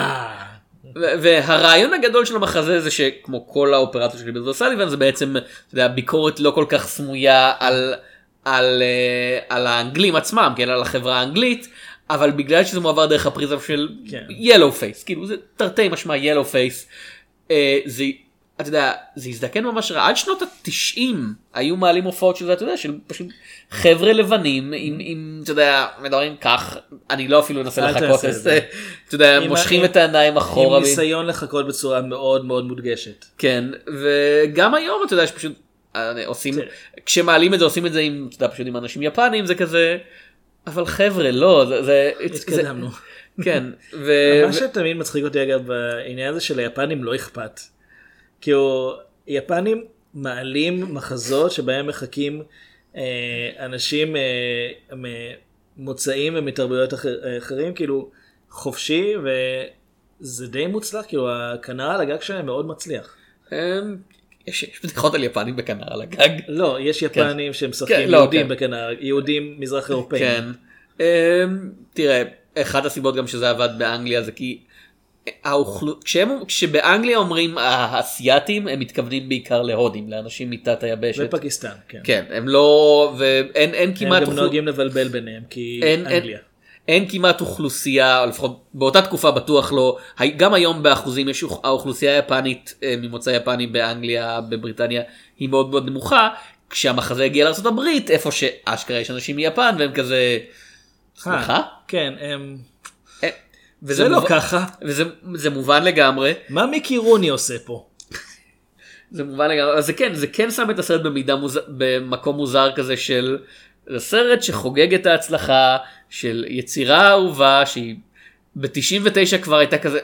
והרעיון הגדול של המחזה זה שכמו כל האופרציה של גילברט וסליבן זה בעצם, אתה יודע, ביקורת לא כל כך סמויה על, על, על האנגלים עצמם, כן, על החברה האנגלית, אבל בגלל שזה מועבר דרך הפריזם של ילו פייס, כאילו זה תרתי משמע ילו פייס, זה, אתה יודע, זה הזדקן ממש רע, עד שנות התשעים היו מעלים הופעות של זה, אתה יודע, של פשוט חבר'ה לבנים, עם, עם, אתה יודע, מדברים כך, אני לא אפילו אנסה לחכות, אתה יודע, מושכים את העיניים אחורה. עם ניסיון לחכות בצורה מאוד מאוד מודגשת. כן, וגם היום, אתה יודע, שפשוט עושים, כשמעלים את זה, עושים את זה עם, אתה יודע, פשוט עם אנשים יפנים, זה כזה, אבל חבר'ה, לא, זה, זה, התקדמנו. כן, ו... מה שתמיד מצחיק אותי אגב, בעניין הזה של היפנים לא אכפת. כאילו, יפנים מעלים מחזות שבהם מחכים אה, אנשים אה, מוצאים ומתרבויות אחר, אחרים, כאילו חופשי, וזה די מוצלח, כאילו הכנר על הגג שלהם מאוד מצליח. יש, יש בדיחות על יפנים בכנר על הגג? לא, יש יפנים כן. שמשחקים כן, יהודים לא, כן. בכנר, יהודים מזרח אירופאים. כן. תראה, אחת הסיבות גם שזה עבד באנגליה זה כי כשהם, כשבאנגליה אומרים האסייתים הם מתכוונים בעיקר להודים, לאנשים מתת היבשת. ופקיסטן, כן. כן, הם לא, ואין אין כמעט... הם גם נוהגים לבלבל ביניהם, כי אין, אנגליה. אין, אין כמעט אוכלוסייה, או לפחות באותה תקופה בטוח לא, גם היום באחוזים יש האוכלוסייה היפנית, ממוצא יפני באנגליה, בבריטניה, היא מאוד מאוד נמוכה, כשהמחזה הגיע לארצות הברית, איפה שאשכרה יש אנשים מיפן, והם כזה... סליחה? כן, הם... וזה זה לא מובן, ככה. וזה זה מובן לגמרי. מה מיקי רוני עושה פה? זה מובן לגמרי, אז זה כן, זה כן שם את הסרט במידה מוז... במקום מוזר כזה של, זה סרט שחוגג את ההצלחה של יצירה אהובה שהיא ב-תשעים ותשע כבר הייתה כזה,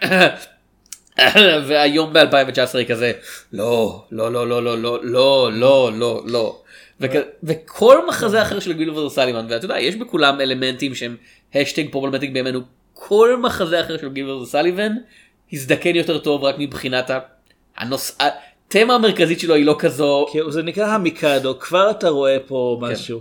והיום ב-אלפיים תשע עשרה היא כזה, לא, לא, לא, לא, לא, לא, לא, לא, לא, לא. וכל מחזה אחר של גילבר וסליבן, ואתה יודע, יש בכולם אלמנטים שהם השטג פרובלמטיק בימינו, כל מחזה אחר של גילבר וסליבן הזדקן יותר טוב רק מבחינת הנושא, התמה המרכזית שלו היא לא כזו. זה נקרא המיקדו, כבר אתה רואה פה משהו.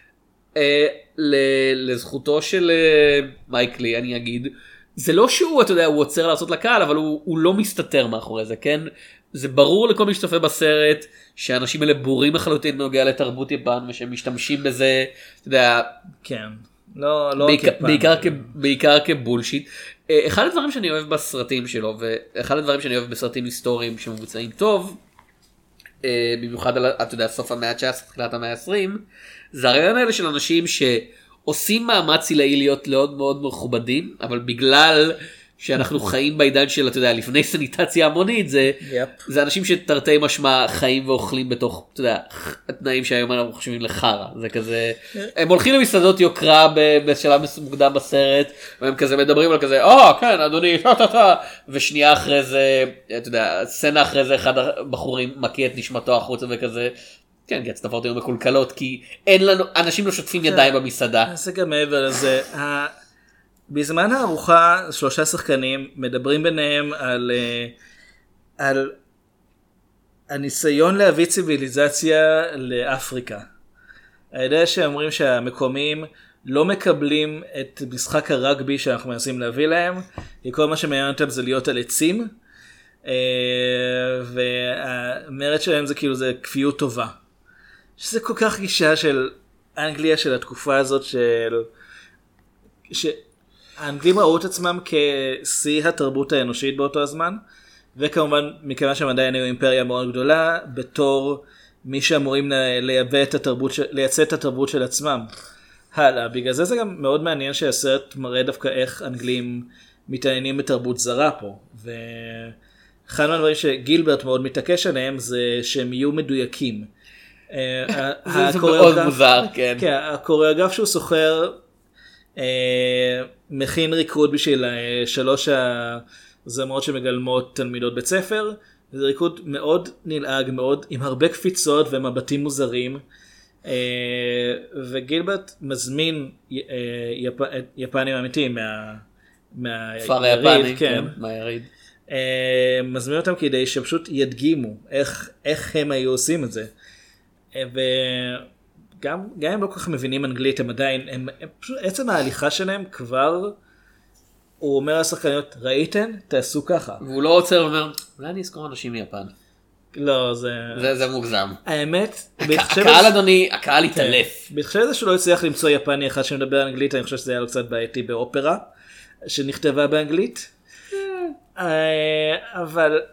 לזכותו של מייק לי אני אגיד, זה לא שהוא, אתה יודע, הוא עוצר לעשות לקהל, אבל הוא, הוא לא מסתתר מאחורי זה, כן? זה ברור לכל מי שצופה בסרט, שהאנשים האלה בורים לחלוטין נוגע לתרבות יפן, ושהם משתמשים בזה, אתה יודע... כן, לא, לא בעיקר, כפן. בעיקר, כ, בעיקר כבולשיט. אחד הדברים שאני אוהב בסרטים שלו, ואחד הדברים שאני אוהב בסרטים היסטוריים שמבוצעים טוב, במיוחד על, אתה יודע, סוף המאה ה-תשע עשרה, תחילת המאה ה-עשרים, זה הרעיון האלה של אנשים שעושים מאמץ עילאי להיות מאוד מאוד מכובדים, אבל בגלל שאנחנו חיים בעידן של, אתה יודע, לפני סניטציה המונית, זה, yep. זה אנשים שתרתי משמע חיים ואוכלים בתוך, אתה יודע, התנאים שהיום אנחנו חושבים לחרה. זה כזה, הם הולכים למסעדות יוקרה בשלב מוקדם בסרט, והם כזה מדברים על כזה, אה, כן, אדוני, ושנייה אחרי זה, אתה יודע, סצנה אחרי זה, אחד הבחורים מכה את נשמתו החוצה וכזה, כן, כי הצטפות היו מקולקלות, כי אין לנו, אנשים לא שוטפים ידיים במסעדה. זה גם מעבר לזה, בזמן הארוחה שלושה שחקנים מדברים ביניהם על, על הניסיון להביא ציוויליזציה לאפריקה. הידיעה שאומרים שהמקומיים לא מקבלים את משחק הרגבי שאנחנו מנסים להביא להם, כי כל מה שמעניין אותם זה להיות על עצים, והמרד שלהם זה כאילו זה כפיות טובה. שזה כל כך גישה של אנגליה של התקופה הזאת של... ש... האנגלים ראו את עצמם כשיא התרבות האנושית באותו הזמן, וכמובן מכיוון שהם עדיין היו אימפריה מאוד גדולה, בתור מי שאמורים לייבא את התרבות, לייצא את התרבות של עצמם. הלאה, בגלל זה זה גם מאוד מעניין שהסרט מראה דווקא איך אנגלים מתעניינים בתרבות זרה פה, ואחד מהדברים שגילברט מאוד מתעקש עליהם זה שהם יהיו מדויקים. זה מאוד מוזר, כן. כן, הקוריאוגרף שהוא סוחר, מכין ריקוד בשביל שלוש הזמרות שמגלמות תלמידות בית ספר, זה ריקוד מאוד נלעג, מאוד עם הרבה קפיצות ומבטים מוזרים, וגילברט מזמין יפנים אמיתיים כפר היפני, כן, מהיריד, מזמין אותם כדי שפשוט ידגימו איך איך הם היו עושים את זה, וגם גם הם לא כל כך מבינים אנגלית, הם עדיין, הם, הם פשוט, עצם ההליכה שלהם כבר, הוא אומר לשחקניות, ראיתן? תעשו ככה. והוא לא רוצה, הוא אומר, אולי אני אזכור אנשים מיפן. לא, זה... זה, זה מוגזם. האמת, הקהל אדוני, הקהל התעלף. בהתחשב לזה שהוא לא הצליח למצוא יפני אחד שמדבר אנגלית, אני חושב שזה היה לו קצת בעייתי באופרה, שנכתבה באנגלית. אבל,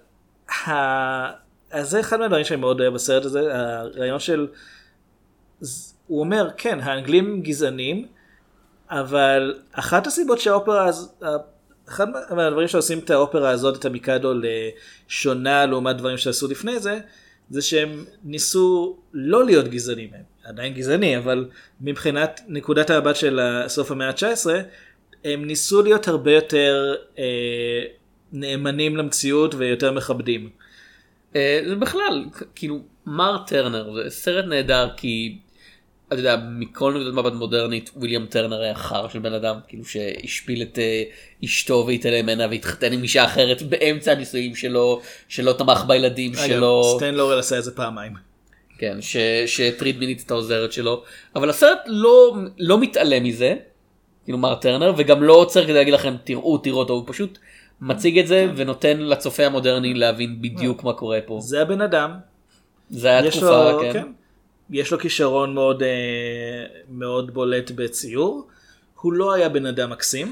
אז זה אחד מהדברים שאני מאוד אוהב בסרט הזה, הרעיון של, הוא אומר, כן, האנגלים גזענים, אבל אחת הסיבות שהאופרה, אחד מהדברים שעושים את האופרה הזאת, את המיקדו לשונה לעומת דברים שעשו לפני זה, זה שהם ניסו לא להיות גזענים, הם עדיין גזעני, אבל מבחינת נקודת המבט של סוף המאה ה-תשע עשרה, הם ניסו להיות הרבה יותר אה, נאמנים למציאות ויותר מכבדים. אה, זה בכלל, כאילו, מר טרנר, זה סרט נהדר כי, אתה יודע, מכל נקודת מבט מודרנית, וויליאם טרנר היה חר של בן אדם, כאילו שהשפיל את אה, אשתו והתעלם ממנה והתחתן עם אישה אחרת באמצע הניסויים שלו, שלא תמך בילדים אגב, שלו. סטן לורל עשה את זה פעמיים. כן, שהטריד מינית את העוזרת שלו, אבל הסרט לא, לא מתעלם מזה, כאילו מר טרנר, וגם לא עוצר כדי להגיד לכם, תראו, תראו אותו, הוא פשוט מציג את זה ונותן לצופה המודרני להבין בדיוק מה קורה פה. זה הבן אדם. זה היה תקופה, לו, כן. כן. יש לו כישרון מאוד, מאוד בולט בציור, הוא לא היה בן אדם מקסים,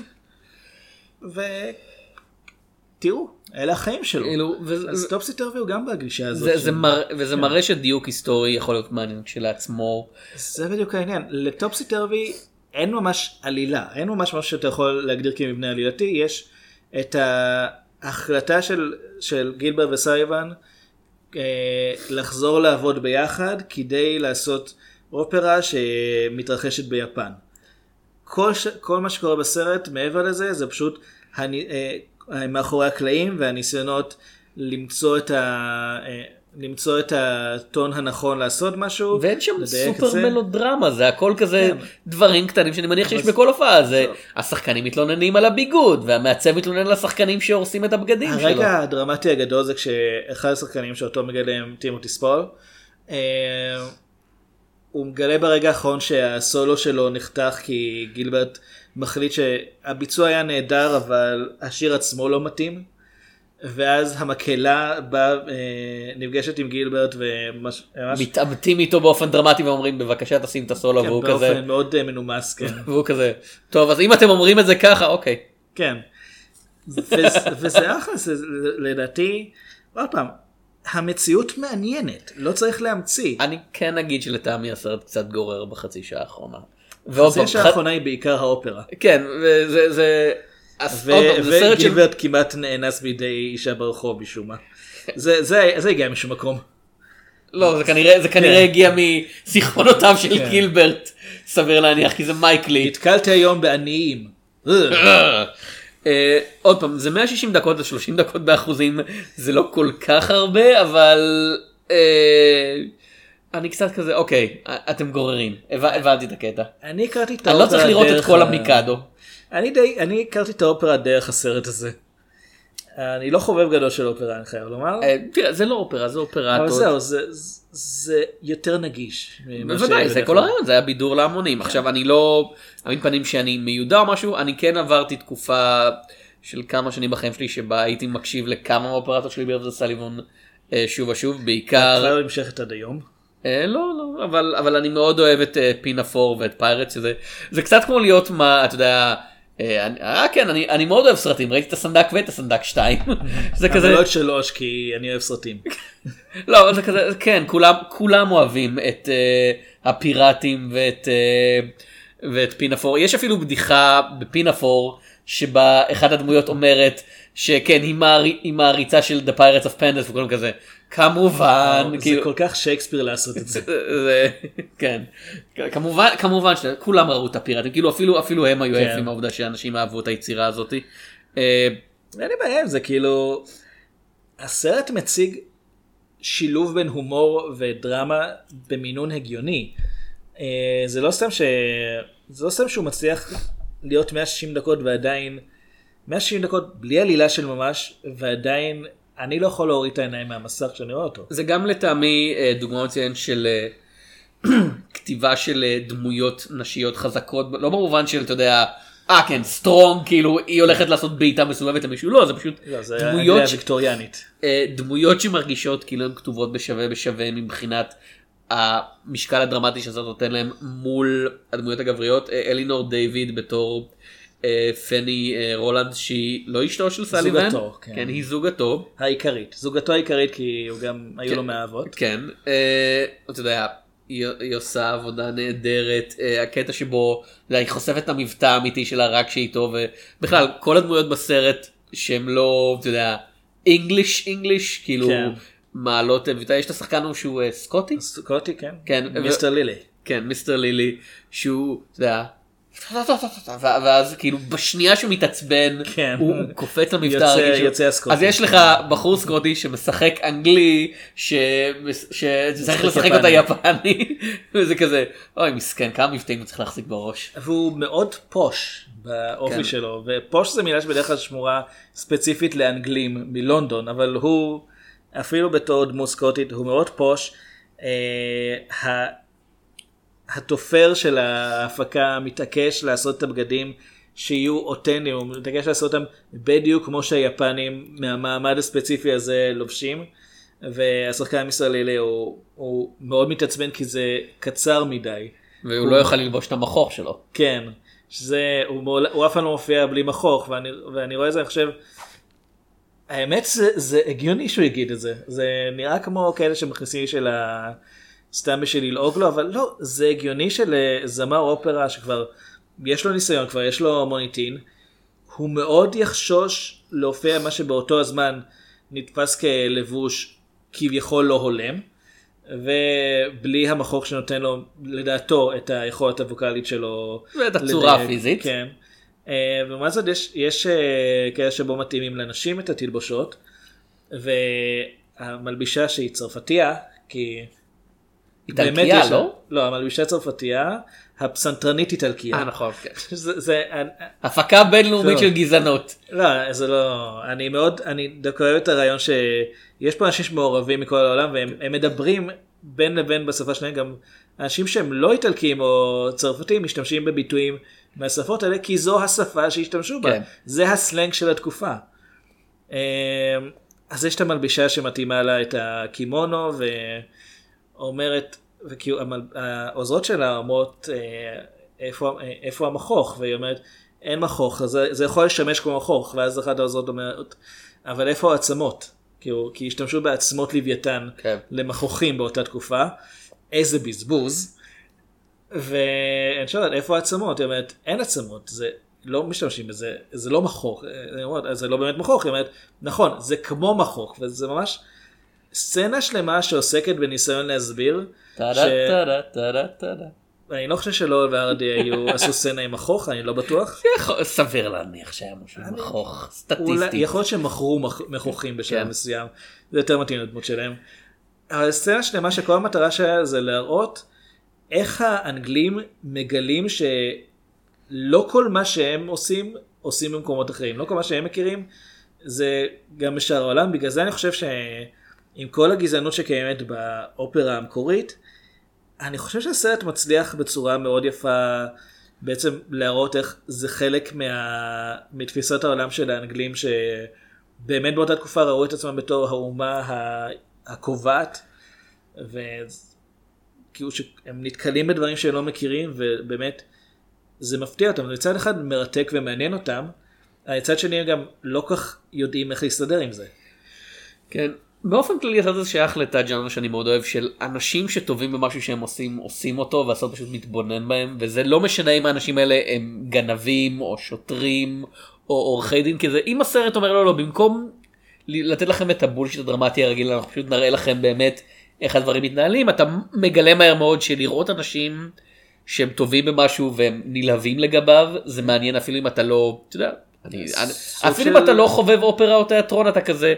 ותראו, אלה החיים שלו. אילו, ו... אז טופסי טרוויל הוא גם בגישה הזאת. זה, זה מר... וזה כן. מראה שדיוק היסטורי יכול להיות מעניין כשלעצמו. זה בדיוק העניין. לטופסי טרוויל אין ממש עלילה, אין ממש משהו שאתה יכול להגדיר כמבנה עלילתי, יש את ההחלטה של, של גילברט וסליבן, לחזור לעבוד ביחד כדי לעשות אופרה שמתרחשת ביפן. כל, ש... כל מה שקורה בסרט מעבר לזה זה פשוט הנ... מאחורי הקלעים והניסיונות למצוא את ה... למצוא את הטון הנכון לעשות משהו. ואין שם סופר מלודרמה, זה הכל כזה דברים קטנים שאני מניח שיש בכל הופעה. זה השחקנים מתלוננים על הביגוד, והמעצב מתלונן על השחקנים שהורסים את הבגדים שלו. הרגע הדרמטי הגדול זה כשאחד השחקנים שאותו מגלם טימותי ספול, הוא מגלה ברגע האחרון שהסולו שלו נחתך כי גילברט מחליט שהביצוע היה נהדר אבל השיר עצמו לא מתאים. ואז המקהלה באה, נפגשת עם גילברט וממש... מתעמתים איתו באופן דרמטי ואומרים בבקשה תשים את הסולו, והוא כזה... באופן מאוד מנומס, כן. והוא כזה, טוב אז אם אתם אומרים את זה ככה, אוקיי. כן. וזה אחלה, לדעתי, עוד פעם, המציאות מעניינת, לא צריך להמציא. אני כן אגיד שלטעמי הסרט קצת גורר בחצי שעה האחרונה. חצי שעה האחרונה היא בעיקר האופרה. כן, וזה... וגילברט כמעט נאנס בידי אישה ברחוב משום מה. זה הגיע משום מקום. לא, זה כנראה הגיע מזיכרונותיו של גילברט, סביר להניח, כי זה מייקלי. התקלתי היום בעניים. עוד פעם, זה מאה ושישים דקות ל-שלושים דקות באחוזים, זה לא כל כך הרבה, אבל אני קצת כזה, אוקיי, אתם גוררים, הבנתי את הקטע. אני הכרתי את האופרה. אני לא צריך לראות את כל המיקדו. אני די, אני הכרתי את האופרה דרך הסרט הזה. אני לא חובב גדול של אופרה, אני חייב לומר. תראה, זה לא אופרה, זה אופרטות. אבל זהו, זה, זה יותר נגיש. בוודאי, זה כל הרעיון, זה היה בידור להמונים. עכשיו, אני לא, אמין פנים שאני מיודע או משהו, אני כן עברתי תקופה של כמה שנים בחיים שלי, שבה הייתי מקשיב לכמה אופרטות שלי בערב סליבון שוב ושוב, בעיקר... אתה לא המשכת עד היום? לא, לא, אבל, אבל אני מאוד אוהב את פינה פור ואת פיירט, שזה, זה קצת כמו להיות מה, אתה יודע, אה כן, אני, אני מאוד אוהב סרטים, ראיתי את הסנדק ואת הסנדק שתיים. זה כזה... אבל לא את שלוש, כי אני אוהב סרטים. לא, זה כזה, כן, כולם, כולם אוהבים את uh, הפיראטים ואת, uh, ואת פינה פור. יש אפילו בדיחה בפינה פור, שבה אחד הדמויות אומרת, שכן, היא מעריצה של The Pirates of Pandas, וכולם כזה, כמובן. זה כל כך שייקספיר לעשות את זה. כן, כמובן, כמובן, כולם ראו את הפיראטים, כאילו אפילו הם היו עפים העובדה שאנשים אהבו את היצירה הזאת. אין לי בעיה, זה כאילו, הסרט מציג שילוב בין הומור ודרמה במינון הגיוני. זה לא סתם ש... זה לא סתם שהוא מצליח להיות מאה ושישים דקות ועדיין... מאה ושישים דקות בלי עלילה של ממש, ועדיין אני לא יכול להוריד את העיניים מהמסך כשאני רואה אותו. זה גם לטעמי דוגמה מציין של כתיבה של דמויות נשיות חזקות, לא במובן של, אתה יודע, אה כן, סטרונג, כאילו היא הולכת לעשות בעיטה מסובבת למישהו, לא, זה פשוט לא, זה דמויות, ויקטוריאנית. דמויות שמרגישות כאילו הן כתובות בשווה בשווה מבחינת המשקל הדרמטי שזה נותן להם מול הדמויות הגבריות. אלינור דיוויד בתור פני רולנד, שהיא לא אשתו של סליבן, זוגתו, כן. כן, היא זוגתו העיקרית, זוגתו העיקרית כי הוא גם היו כן, לו מאהבות. כן, אתה יודע, היא, היא עושה עבודה נהדרת, הקטע שבו היא חושפת את המבטא האמיתי שלה רק שאיתו, ובכלל כל הדמויות בסרט שהם לא, אתה יודע, English English, כאילו כן. מעלות, יש את השחקן שהוא סקוטי? סקוטי, כן. כן. מיסטר לילי. כן, מיסטר לילי, שהוא, אתה יודע, ואז כאילו בשנייה שהוא מתעצבן הוא קופץ למבטא הרגיל. אז יש לך בחור סקוטי שמשחק אנגלי שצריך לשחק אותה יפני, וזה כזה אוי מסכן, כמה מבטאים הוא צריך להחזיק בראש. והוא מאוד פוש באופי שלו, ופוש זה מילה שבדרך כלל שמורה ספציפית לאנגלים מלונדון, אבל הוא אפילו בתור דמות סקוטית הוא מאוד פוש. התופר של ההפקה מתעקש לעשות את הבגדים שיהיו אותנטיים, הוא מתעקש לעשות אותם בדיוק כמו שהיפנים מהמעמד הספציפי הזה לובשים, והשחקן מיסטר לילי הוא, הוא מאוד מתעצבן כי זה קצר מדי. והוא הוא... לא יוכל ללבוש את המכוך שלו. כן, שזה, הוא, הוא אף פעם לא מופיע בלי מכוך, ואני, ואני רואה את זה, אני חושב, האמת זה, זה הגיוני שהוא יגיד את זה, זה נראה כמו כאלה שמכניסים של ה... סתם בשביל ללעוג לו, אבל לא, זה הגיוני של זמר אופרה שכבר יש לו ניסיון, כבר יש לו מוניטין, הוא מאוד יחשוש להופיע מה שבאותו הזמן נתפס כלבוש כביכול לא הולם, ובלי המחוק שנותן לו לדעתו את היכולת הווקלית שלו. ואת הצורה הפיזית. כן. ומה זאת, יש, יש כאלה שבו מתאימים לנשים את התלבושות, והמלבישה שהיא צרפתיה, כי... איטלקיה, לא? לא, המלבישה צרפתיה, הפסנתרנית איטלקיה. אה, נכון, כן. זה, זה, הפקה בינלאומית של גזענות. לא, זה לא, אני מאוד, אני דווקא אוהב את הרעיון שיש פה אנשים שמעורבים מכל העולם, והם מדברים בין לבין בשפה שלהם, גם אנשים שהם לא איטלקים או צרפתים, משתמשים בביטויים מהשפות האלה, כי זו השפה שהשתמשו בה. זה הסלנג של התקופה. אז יש את המלבישה שמתאימה לה את הקימונו, ואומרת, וכאילו העוזרות שלה אומרות, איפה, איפה המחוך? והיא אומרת, אין מחוך, זה, זה יכול לשמש כמו מחוך, ואז אחת העוזרות אומרת, אבל איפה העצמות? כאילו, כי השתמשו בעצמות לוויתן כן. למחוכים באותה תקופה, איזה בזבוז, ואני שואלת, איפה העצמות? היא אומרת, אין עצמות, זה לא משתמשים בזה, זה לא מחוך, זה לא באמת מחוך, היא אומרת, נכון, זה כמו מחוך, וזה ממש סצנה שלמה שעוסקת בניסיון להסביר, אני לא חושב שלא והרדי היו עשו סצנה עם מחוך, אני לא בטוח. סביר להניח שהיה משהו עם מחוך, סטטיסטי. יכול להיות שהם מכרו מחוכים בשלב מסוים, זה יותר מתאים לדמות שלהם. אבל סצנה שלמה שכל המטרה שלה זה להראות איך האנגלים מגלים שלא כל מה שהם עושים, עושים במקומות אחרים. לא כל מה שהם מכירים, זה גם בשאר העולם. בגלל זה אני חושב שעם כל הגזענות שקיימת באופרה המקורית, אני חושב שהסרט מצליח בצורה מאוד יפה בעצם להראות איך זה חלק מה... מתפיסת העולם של האנגלים שבאמת באותה תקופה ראו את עצמם בתור האומה הקובעת, וכאילו שהם נתקלים בדברים שהם לא מכירים, ובאמת זה מפתיע אותם. מצד אחד מרתק ומעניין אותם, הצד שני גם לא כך יודעים איך להסתדר עם זה. כן. באופן כללי זה שייך לתא-ג'אנר שאני מאוד אוהב, של אנשים שטובים במשהו שהם עושים, עושים אותו, והסרט פשוט מתבונן בהם, וזה לא משנה אם האנשים האלה הם גנבים, או שוטרים, או עורכי דין, כי זה, אם הסרט אומר לא, לא, במקום לתת לכם את הבולשיט הדרמטי הרגיל, אנחנו פשוט נראה לכם באמת איך הדברים מתנהלים, אתה מגלה מהר מאוד שלראות אנשים שהם טובים במשהו, והם נלהבים לגביו, זה מעניין אפילו אם אתה לא, אתה יודע, אני, אפילו אם אתה לא חובב אופרה או תיאטרון, אתה כזה,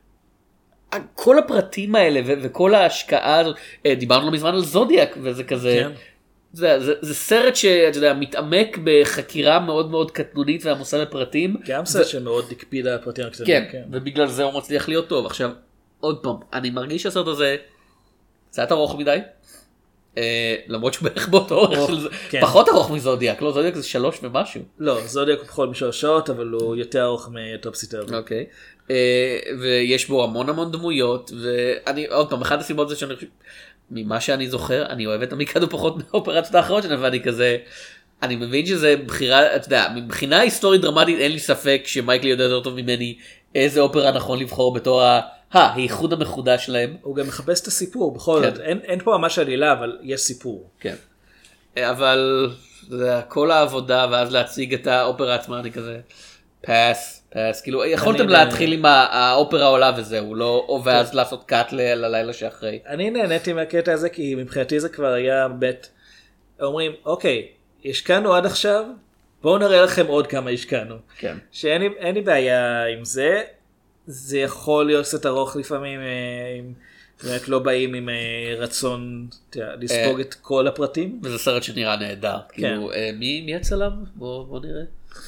כל הפרטים האלה ו- וכל ההשקעה, דיברנו לא מזמן על זודיאק, וזה כזה, כן. זה, זה, זה סרט שאתה יודע, מתעמק בחקירה מאוד מאוד קטנונית והמוסד לפרטים. גם סרט ו... שמאוד הקפיד על הפרטים הקטנים. כן, כן, ובגלל זה הוא מצליח להיות טוב. עכשיו, עוד פעם, אני מרגיש שהסרט הזה קצת ארוך מדי, אה, למרות שהוא בערך באותו אורך של זה, כן. פחות ארוך מזודיאק, לא, זודיאק זה שלוש ומשהו. לא, זודיאק הוא פחות משלוש שעות, אבל הוא יותר ארוך מטופסיטר. אוקיי. Uh, ויש בו המון המון דמויות, ואני עוד פעם, אחת הסיבות זה שאני חושב, ממה שאני זוכר, אני אוהב את המיקדו פחות מהאופרציות האחרות שלה, ואני כזה, אני מבין שזה בחירה, אתה יודע, מבחינה היסטורית דרמטית אין לי ספק שמייקלי יודע יותר טוב ממני איזה אופרה נכון לבחור בתור ה... הייחוד המחודש שלהם. הוא גם מחפש את הסיפור, בכל זאת, אין, אין פה ממש עלילה, אבל יש סיפור. כן. אבל זה כל העבודה, ואז להציג את האופרה עצמה, אני כזה, פס. אז כאילו יכולתם להתחיל עם האופרה עולה וזהו, לא ואז לעשות קאט ללילה שאחרי. אני נהניתי מהקטע הזה כי מבחינתי זה כבר היה בית, אומרים אוקיי, השקענו עד עכשיו, בואו נראה לכם עוד כמה השקענו. כן. שאין לי בעיה עם זה, זה יכול להיות קצת ארוך לפעמים, באמת לא באים עם רצון לספוג את כל הפרטים. וזה סרט שנראה נהדר. כאילו מי הצלם? בואו נראה.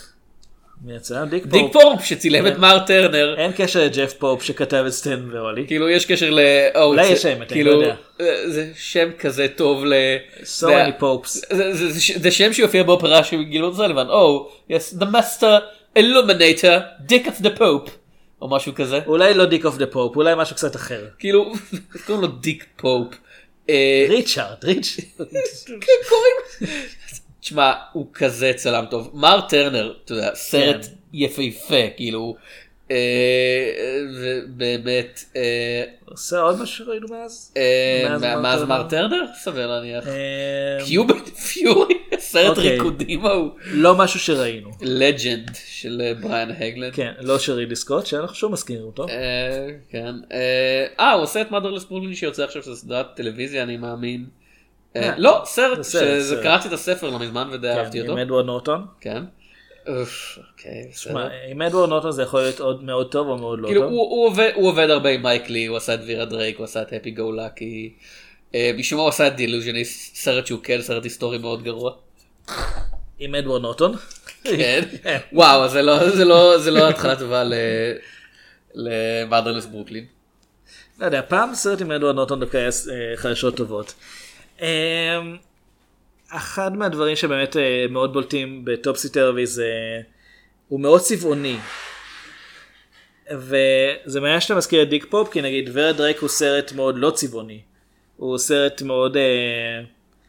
דיק פופ. דיק פופ שצילם את מר טרנר. אין קשר לג'ף פופ שכתב את סטן ואולי. כאילו יש קשר ל... אולי יש שם, אתה לא יודע. זה שם כזה טוב ל... So many popes. זה שם שיופיע באופרה של גילבורט סוליבן. Oh, yes, the master illuminator, Dick of the Pope. או משהו כזה. אולי לא דיק of the Pope, אולי משהו קצת אחר. כאילו, קוראים לו דיק פופ. ריצ'ארד, ריצ'ארד. קוראים... תשמע, הוא כזה צלם טוב. מר טרנר, אתה יודע, סרט כן. יפהפה, כאילו, אה, ובאמת... אה, עושה עוד משהו ראינו מאז? אה, מאז, מאז מר טרנר? סביר להניח. קיובן פיורי. סרט ריקודים ההוא. לא משהו שראינו. לג'נד של בריאן הגלן. כן, לא של רידלי סקוט, שאנחנו שוב מזכירים אותו. כן. אה, הוא עושה את מאדרלס ברוקלין שיוצא עכשיו של סדרת טלוויזיה, אני מאמין. לא, סרט, קראתי את הספר לא מזמן ודי אהבתי אותו. עם אדוארד נורטון. כן. עם אדוארד נורטון זה יכול להיות עוד מאוד טוב או מאוד לא טוב. הוא עובד הרבה עם מייק לי, הוא עשה את וירה דרייק, הוא עשה את הפי גו לקי. משום מה הוא עשה את דילוז'ניסט, סרט שהוא כן, סרט היסטורי מאוד גרוע. עם אדוארד נורטון? כן. וואו, זה לא התחלה טובה למאדרלס ברוקלין. לא יודע, פעם סרט עם אדוארד נורטון דווקא היה חדשות טובות. אחד מהדברים שבאמת מאוד בולטים בטופסי טרבי זה, הוא מאוד צבעוני. וזה מעניין שאתה מזכיר את דיק פופ, כי נגיד וירה דרייק הוא סרט מאוד לא צבעוני. הוא סרט מאוד אה,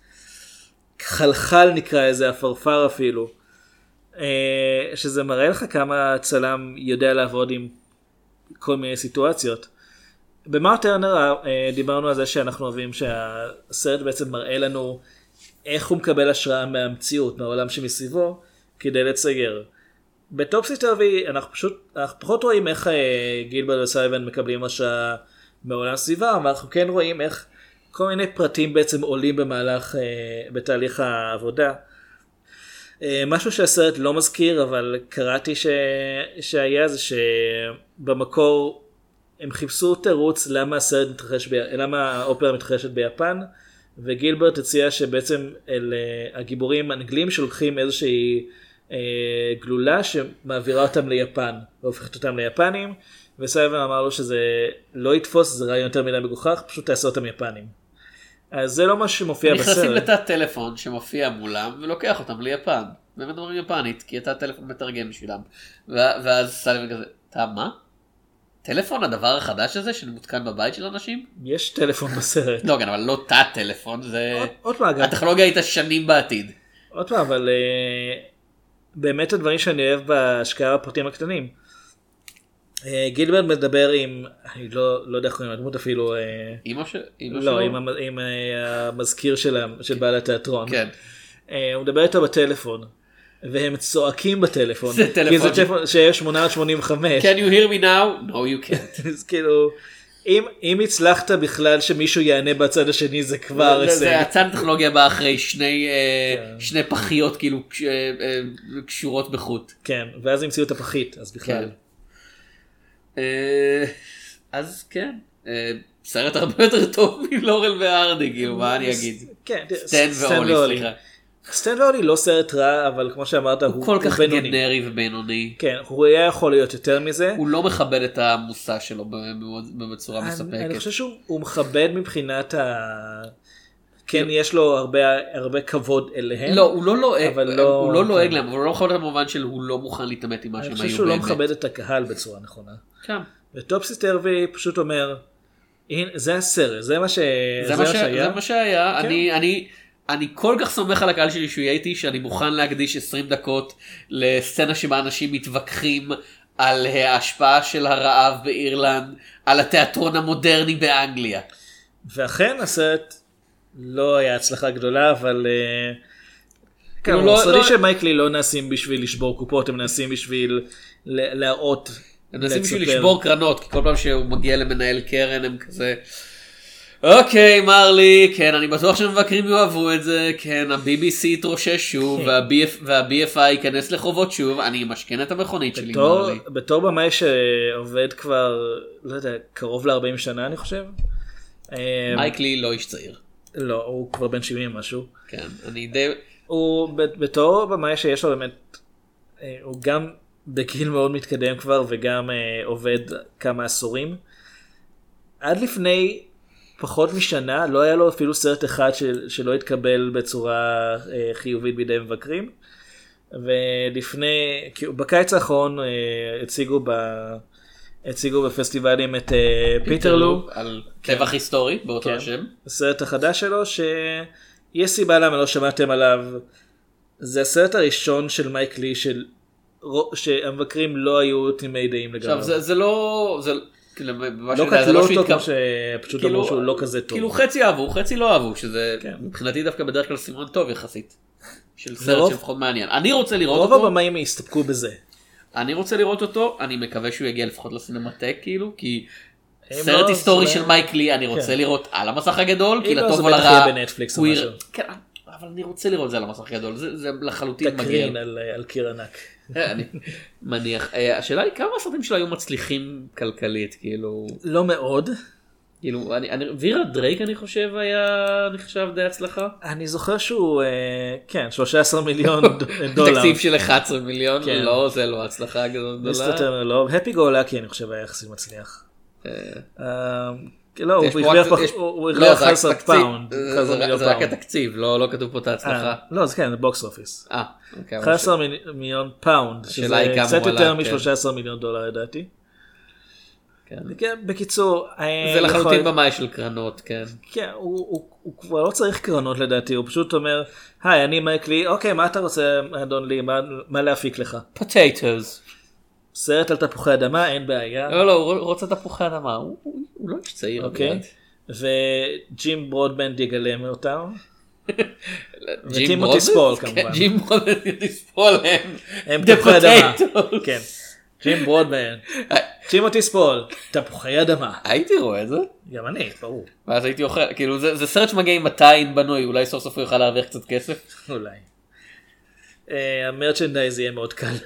חלחל נקרא איזה, אפרפר אפילו. אה, שזה מראה לך כמה צלם יודע לעבוד עם כל מיני סיטואציות. במארק טרנר אה, דיברנו על זה שאנחנו אוהבים שהסרט בעצם מראה לנו איך הוא מקבל השראה מהמציאות, מהעולם שמסביבו, כדי לצייר. בטופסי טרבי אנחנו פשוט, אנחנו פחות רואים איך אה, גילברט וסאליבן מקבלים השראה מהעולם סביבה, אבל אנחנו כן רואים איך כל מיני פרטים בעצם עולים במהלך, אה, בתהליך העבודה. אה, משהו שהסרט לא מזכיר, אבל קראתי ש... שהיה זה שבמקור הם חיפשו תירוץ למה הסרט מתרחש, ב... למה האופרה מתרחשת ביפן, וגילברט הציע שבעצם אל אה, הגיבורים האנגלים שלוקחים איזושהי אה, גלולה שמעבירה אותם ליפן, והופכת אותם ליפנים, וסייבן אמר לו שזה לא יתפוס, זה רעיון יותר מדי מגוחך, פשוט תעשה אותם יפנים. אז זה לא מה שמופיע בסרט. נכנסים לתת טלפון שמופיע מולם ולוקח אותם ליפן. באמת מדברים יפנית, כי אתה טלפון מתרגם בשבילם. ואז סייבן כזה, אתה מה? טלפון הדבר החדש הזה שמותקן בבית של אנשים? יש טלפון בסרט. לא, אבל לא תת טלפון, זה... עוד פעם. הטכנולוגיה הייתה שנים בעתיד. עוד פעם, אבל באמת הדברים שאני אוהב בהשקעה בפרטים הקטנים. גילברט מדבר עם, אני לא, לא יודע איך קוראים לדמות אפילו, אמא ש... לא, עם, עם המזכיר של, של בעל התיאטרון. כן. הוא מדבר איתו בטלפון, והם צועקים בטלפון. זה טלפון. כי זה טלפון שיש שמונה מאות שמונים וחמש. Can you hear me now? No you can't. אז כאילו, אם, אם הצלחת בכלל שמישהו יענה בצד השני, זה כבר הישג. זה הצד הטכנולוגיה בא אחרי שני, שני פחיות כאילו קשורות בחוט. כן, ואז המציאו את הפחית, אז בכלל. כן. אז כן, סרט הרבה יותר טוב מלורל והרדי, כאילו, מה אני אגיד? סטן ואולי, סליחה. סטן ואולי לא סרט רע, אבל כמו שאמרת, הוא כל כך גנרי ובינוני. כן, הוא היה יכול להיות יותר מזה. הוא לא מכבד את המושא שלו בצורה מספקת. אני חושב שהוא מכבד מבחינת ה... כן, יש לו הרבה כבוד אליהם. לא, הוא לא לועג, הוא לא לועג להם, אבל הוא לא מכבד במובן של הוא לא מוכן להתאמת עם מה שהם היו באמת. אני חושב שהוא לא מכבד את הקהל בצורה נכונה. כן. וטופסי טרבי פשוט אומר, זה הסרט, זה מה שהיה. זה מה שהיה, אני כל כך סומך על הקהל שלי שהוא יהיה איתי, שאני מוכן להקדיש עשרים דקות לסצנה שבה אנשים מתווכחים על ההשפעה של הרעב באירלנד, על התיאטרון המודרני באנגליה. ואכן הסרט לא היה הצלחה גדולה, אבל הסרטים של מייקלי לא נעשים בשביל לשבור קופות, הם נעשים בשביל להראות, הם נעשים בשביל לשבור קרנות, כי כל פעם שהוא מגיע למנהל קרן הם כזה, אוקיי מרלי, כן אני בטוח שמבקרים יאהבו את זה, כן ה-בי בי סי יתרושש שוב, וה-בי אף איי ייכנס לחובות שוב, אני משכן את המכונית שלי מרלי. בתור במאי שעובד כבר, לא יודע, קרוב ל-ארבעים שנה אני חושב. מייקלי לא איש צעיר. לא, הוא כבר בן שבעים משהו. כן, אני די... הוא בתור במאי שיש לו באמת, הוא גם בגיל מאוד מתקדם כבר, וגם עובד כמה עשורים. עד לפני פחות משנה, לא היה לו אפילו סרט אחד של, שלא התקבל בצורה חיובית בידי מבקרים. ולפני, בקיץ האחרון הציגו ב... הציגו בפסטיבלים את פיטרלו. על טבח היסטורי באותו השם. הסרט החדש שלו, שיש סיבה למה לא שמעתם עליו. זה הסרט הראשון של מייק לי, שהמבקרים לא היו תמימי דעים לגמרי. עכשיו זה לא... לא קטלו אותו כמו שפשוט אמרו שהוא לא כזה טוב. כאילו חצי אהבו, חצי לא אהבו, שזה מבחינתי דווקא בדרך כלל סימן טוב יחסית. של סרט שלפחות מעניין. אני רוצה לראות אותו. רוב הבמאים יסתפקו בזה. אני רוצה לראות אותו, אני מקווה שהוא יגיע לפחות לסינמטק כאילו, כי סרט היסטורי של מייק לי אני רוצה לראות על המסך הגדול, כי לטוב או לרע. בנטפליקס או משהו. כן, אבל אני רוצה לראות זה על המסך הגדול, זה לחלוטין מגיע. תקרין על קיר ענק. אני מניח. השאלה היא כמה הסרטים שלו היו מצליחים כלכלית, כאילו. לא מאוד. כאילו, וירה דרייק אני חושב היה נחשב די הצלחה. אני זוכר שהוא, כן, שלושה עשר מיליון דולר. תקציב של אחד עשר מיליון, לא, זה לא הצלחה גדולה. מסתתר, לא, הפי גו לקי אני חושב היה יחסית מצליח. לא, הוא הרוויח אחת עשרה פאונד. זה רק התקציב, לא כתוב פה את ההצלחה. לא, זה כן, זה בוקס אופיס. אחת עשרה מיליון פאונד, שזה קצת יותר מ-שלושה עשר מיליון דולר לדעתי. בקיצור, זה לחלוטין במאי של קרנות, כן. כן, הוא כבר לא צריך קרנות לדעתי, הוא פשוט אומר, היי, אני מייק לי, אוקיי, מה אתה רוצה, אדון לי, מה להפיק לך? פוטטוס. סרט על תפוחי אדמה, אין בעיה. לא, לא, הוא רוצה תפוחי אדמה, הוא לא איש צעיר. אוקיי, וג'ים ברודבנד יגלם אותם. וטימותי ספול כמובן. ג'ים ברודבנד יספול הם תפוחי אדמה. כן. ג'ים ברודבנד, טימותי ספול, תפוחי אדמה. הייתי רואה את זה. גם אני, ברור. ואז הייתי אוכל, כאילו זה סרט שמגיע עם מאתיים בנוי, אולי סוף סוף הוא יוכל להרוויח קצת כסף. אולי. המרצ'נדייז יהיה מאוד קל.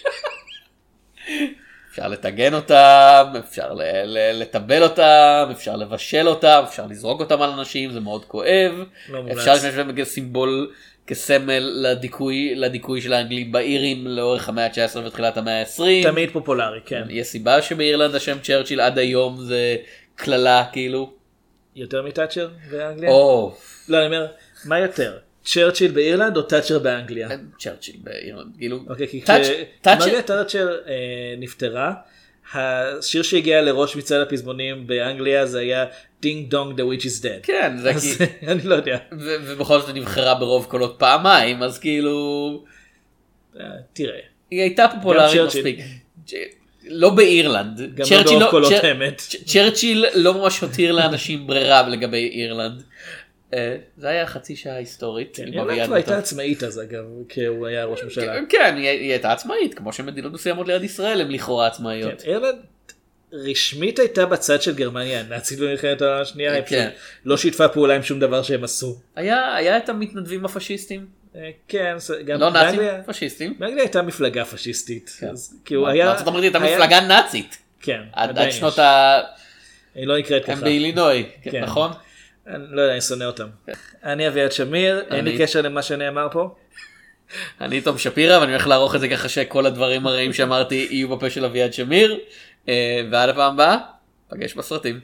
אפשר לתגן אותם, אפשר לטבל אותם, אפשר לבשל אותם, אפשר לזרוק אותם על אנשים, זה מאוד כואב. אפשר להשתמש בהם כסימבול, כסמל לדיכוי, לדיכוי של האנגלים באירים לאורך המאה ה-תשע עשרה ותחילת המאה ה-עשרים. תמיד פופולרי, כן. יש סיבה שבאירלנד השם צ'רצ'יל עד היום זה כללה, כאילו. יותר מטאצ'ר באנגליה? או. לא, אני אומר, מה יותר? צ'רצ'יל באירלנד או טאצ'ר באנגליה? צ'רצ'יל באירלנד, כאילו. אוקיי, כי כשמרגרט תאצ'ר נפטרה, השיר שהגיע לראש מצעד הפזמונים באנגליה זה היה דינג דונג the witch is dead. כן, זה כי... אני לא יודע. ובכל זאת נבחרה ברוב קולות פעמיים, אז כאילו... תראה. היא הייתה פופולרית מספיק. לא באירלנד. גם לא ברוב קולות אמת. צ'רצ'יל לא ממש הותיר לאנשים ברירה לגבי אירלנד. זה היה חצי שעה היסטורית. אירלנד כבר הייתה עצמאית אז אגב, כי הוא היה ראש ממשלה. כן, היא הייתה עצמאית, כמו שמדינות מסוימות ליד ישראל הן לכאורה עצמאיות. אירלנד רשמית הייתה בצד של גרמניה הנאצית במלחמת העולם השנייה, היא פשוט לא שיתפה פעולה עם שום דבר שהם עשו. היה את המתנדבים הפשיסטים? כן, לא נאצים, פשיסטים. באנגליה הייתה מפלגה פשיסטית. בארצות הברית הייתה מפלגה נאצית. כן, עד שנות ה... היא לא נקראת ככה. הם באילינוי, נכון? אני לא יודע, אני שונא אותם. אני אביעד שמיר, אין לי קשר למה שנאמר פה. אני תום שפירה, ואני הולך לערוך את זה ככה שכל הדברים הרעים שאמרתי יהיו בפה של אביעד שמיר. ועד הפעם הבאה, פגש בסרטים.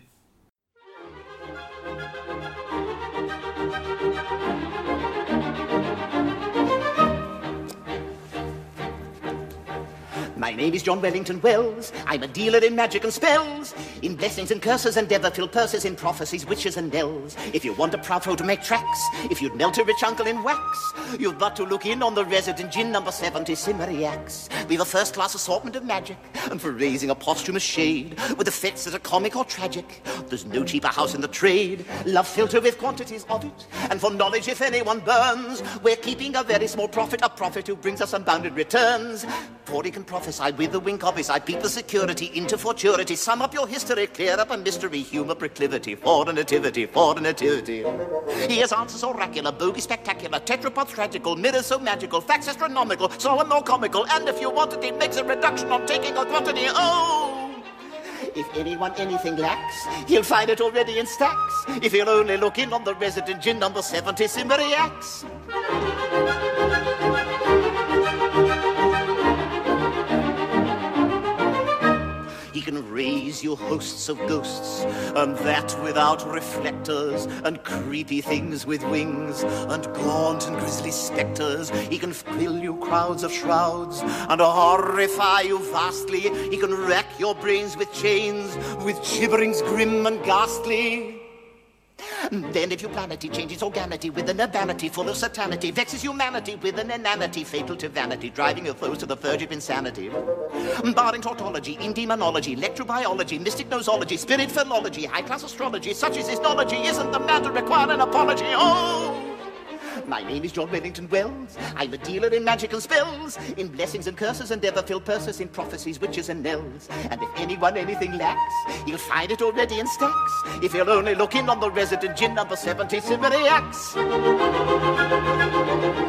My name is John Wellington Wells. I'm a dealer in magic and spells, in blessings and curses, and ever-filled purses, in prophecies, witches and knells. If you want a proud foe to make tracks, if you'd melt a rich uncle in wax, you've but to look in on the resident gin number seventy Cimmeriacs. We've a first-class assortment of magic, and for raising a posthumous shade, with effects that are comic or tragic, there's no cheaper house in the trade. Love filter with quantities of it, and for knowledge if anyone burns, we're keeping a very small profit, a profit who brings us unbounded returns. For he can prophesy with the wink of his eye, peep the security into futurity, sum up your history, clear up a mystery, humor proclivity, for a nativity, for a nativity. He has answers oracular, bogey spectacular, tetrapods tragical, mirrors so magical, facts astronomical, solemn or comical, and if you want it, he makes a reduction on taking a quantity. Oh! If anyone anything lacks, he'll find it already in stacks, if he'll only look in on the resident gin number seventy Cimmeriacs. He can raise you hosts of ghosts, and that without reflectors, and creepy things with wings, and gaunt and grisly spectres. He can fill you crowds of shrouds, and horrify you vastly. He can rack your brains with chains, with gibberings grim and ghastly. Then if your planet changes organity with an urbanity full of satanity, vexes humanity with an inanity fatal to vanity, driving your foes to the verge of insanity. Barring tautology, in demonology, electrobiology, mystic nosology, spirit philology, high-class astrology, such as his knowledge isn't the man to require an apology. Oh! My name is John Wellington Wells. I'm a dealer in magic and spells, in blessings and curses and ever-filled purses, in prophecies, witches and knells. And if anyone anything lacks, he'll find it already in stacks, if he'll only look in on the resident gin number seventy Symphony Acts.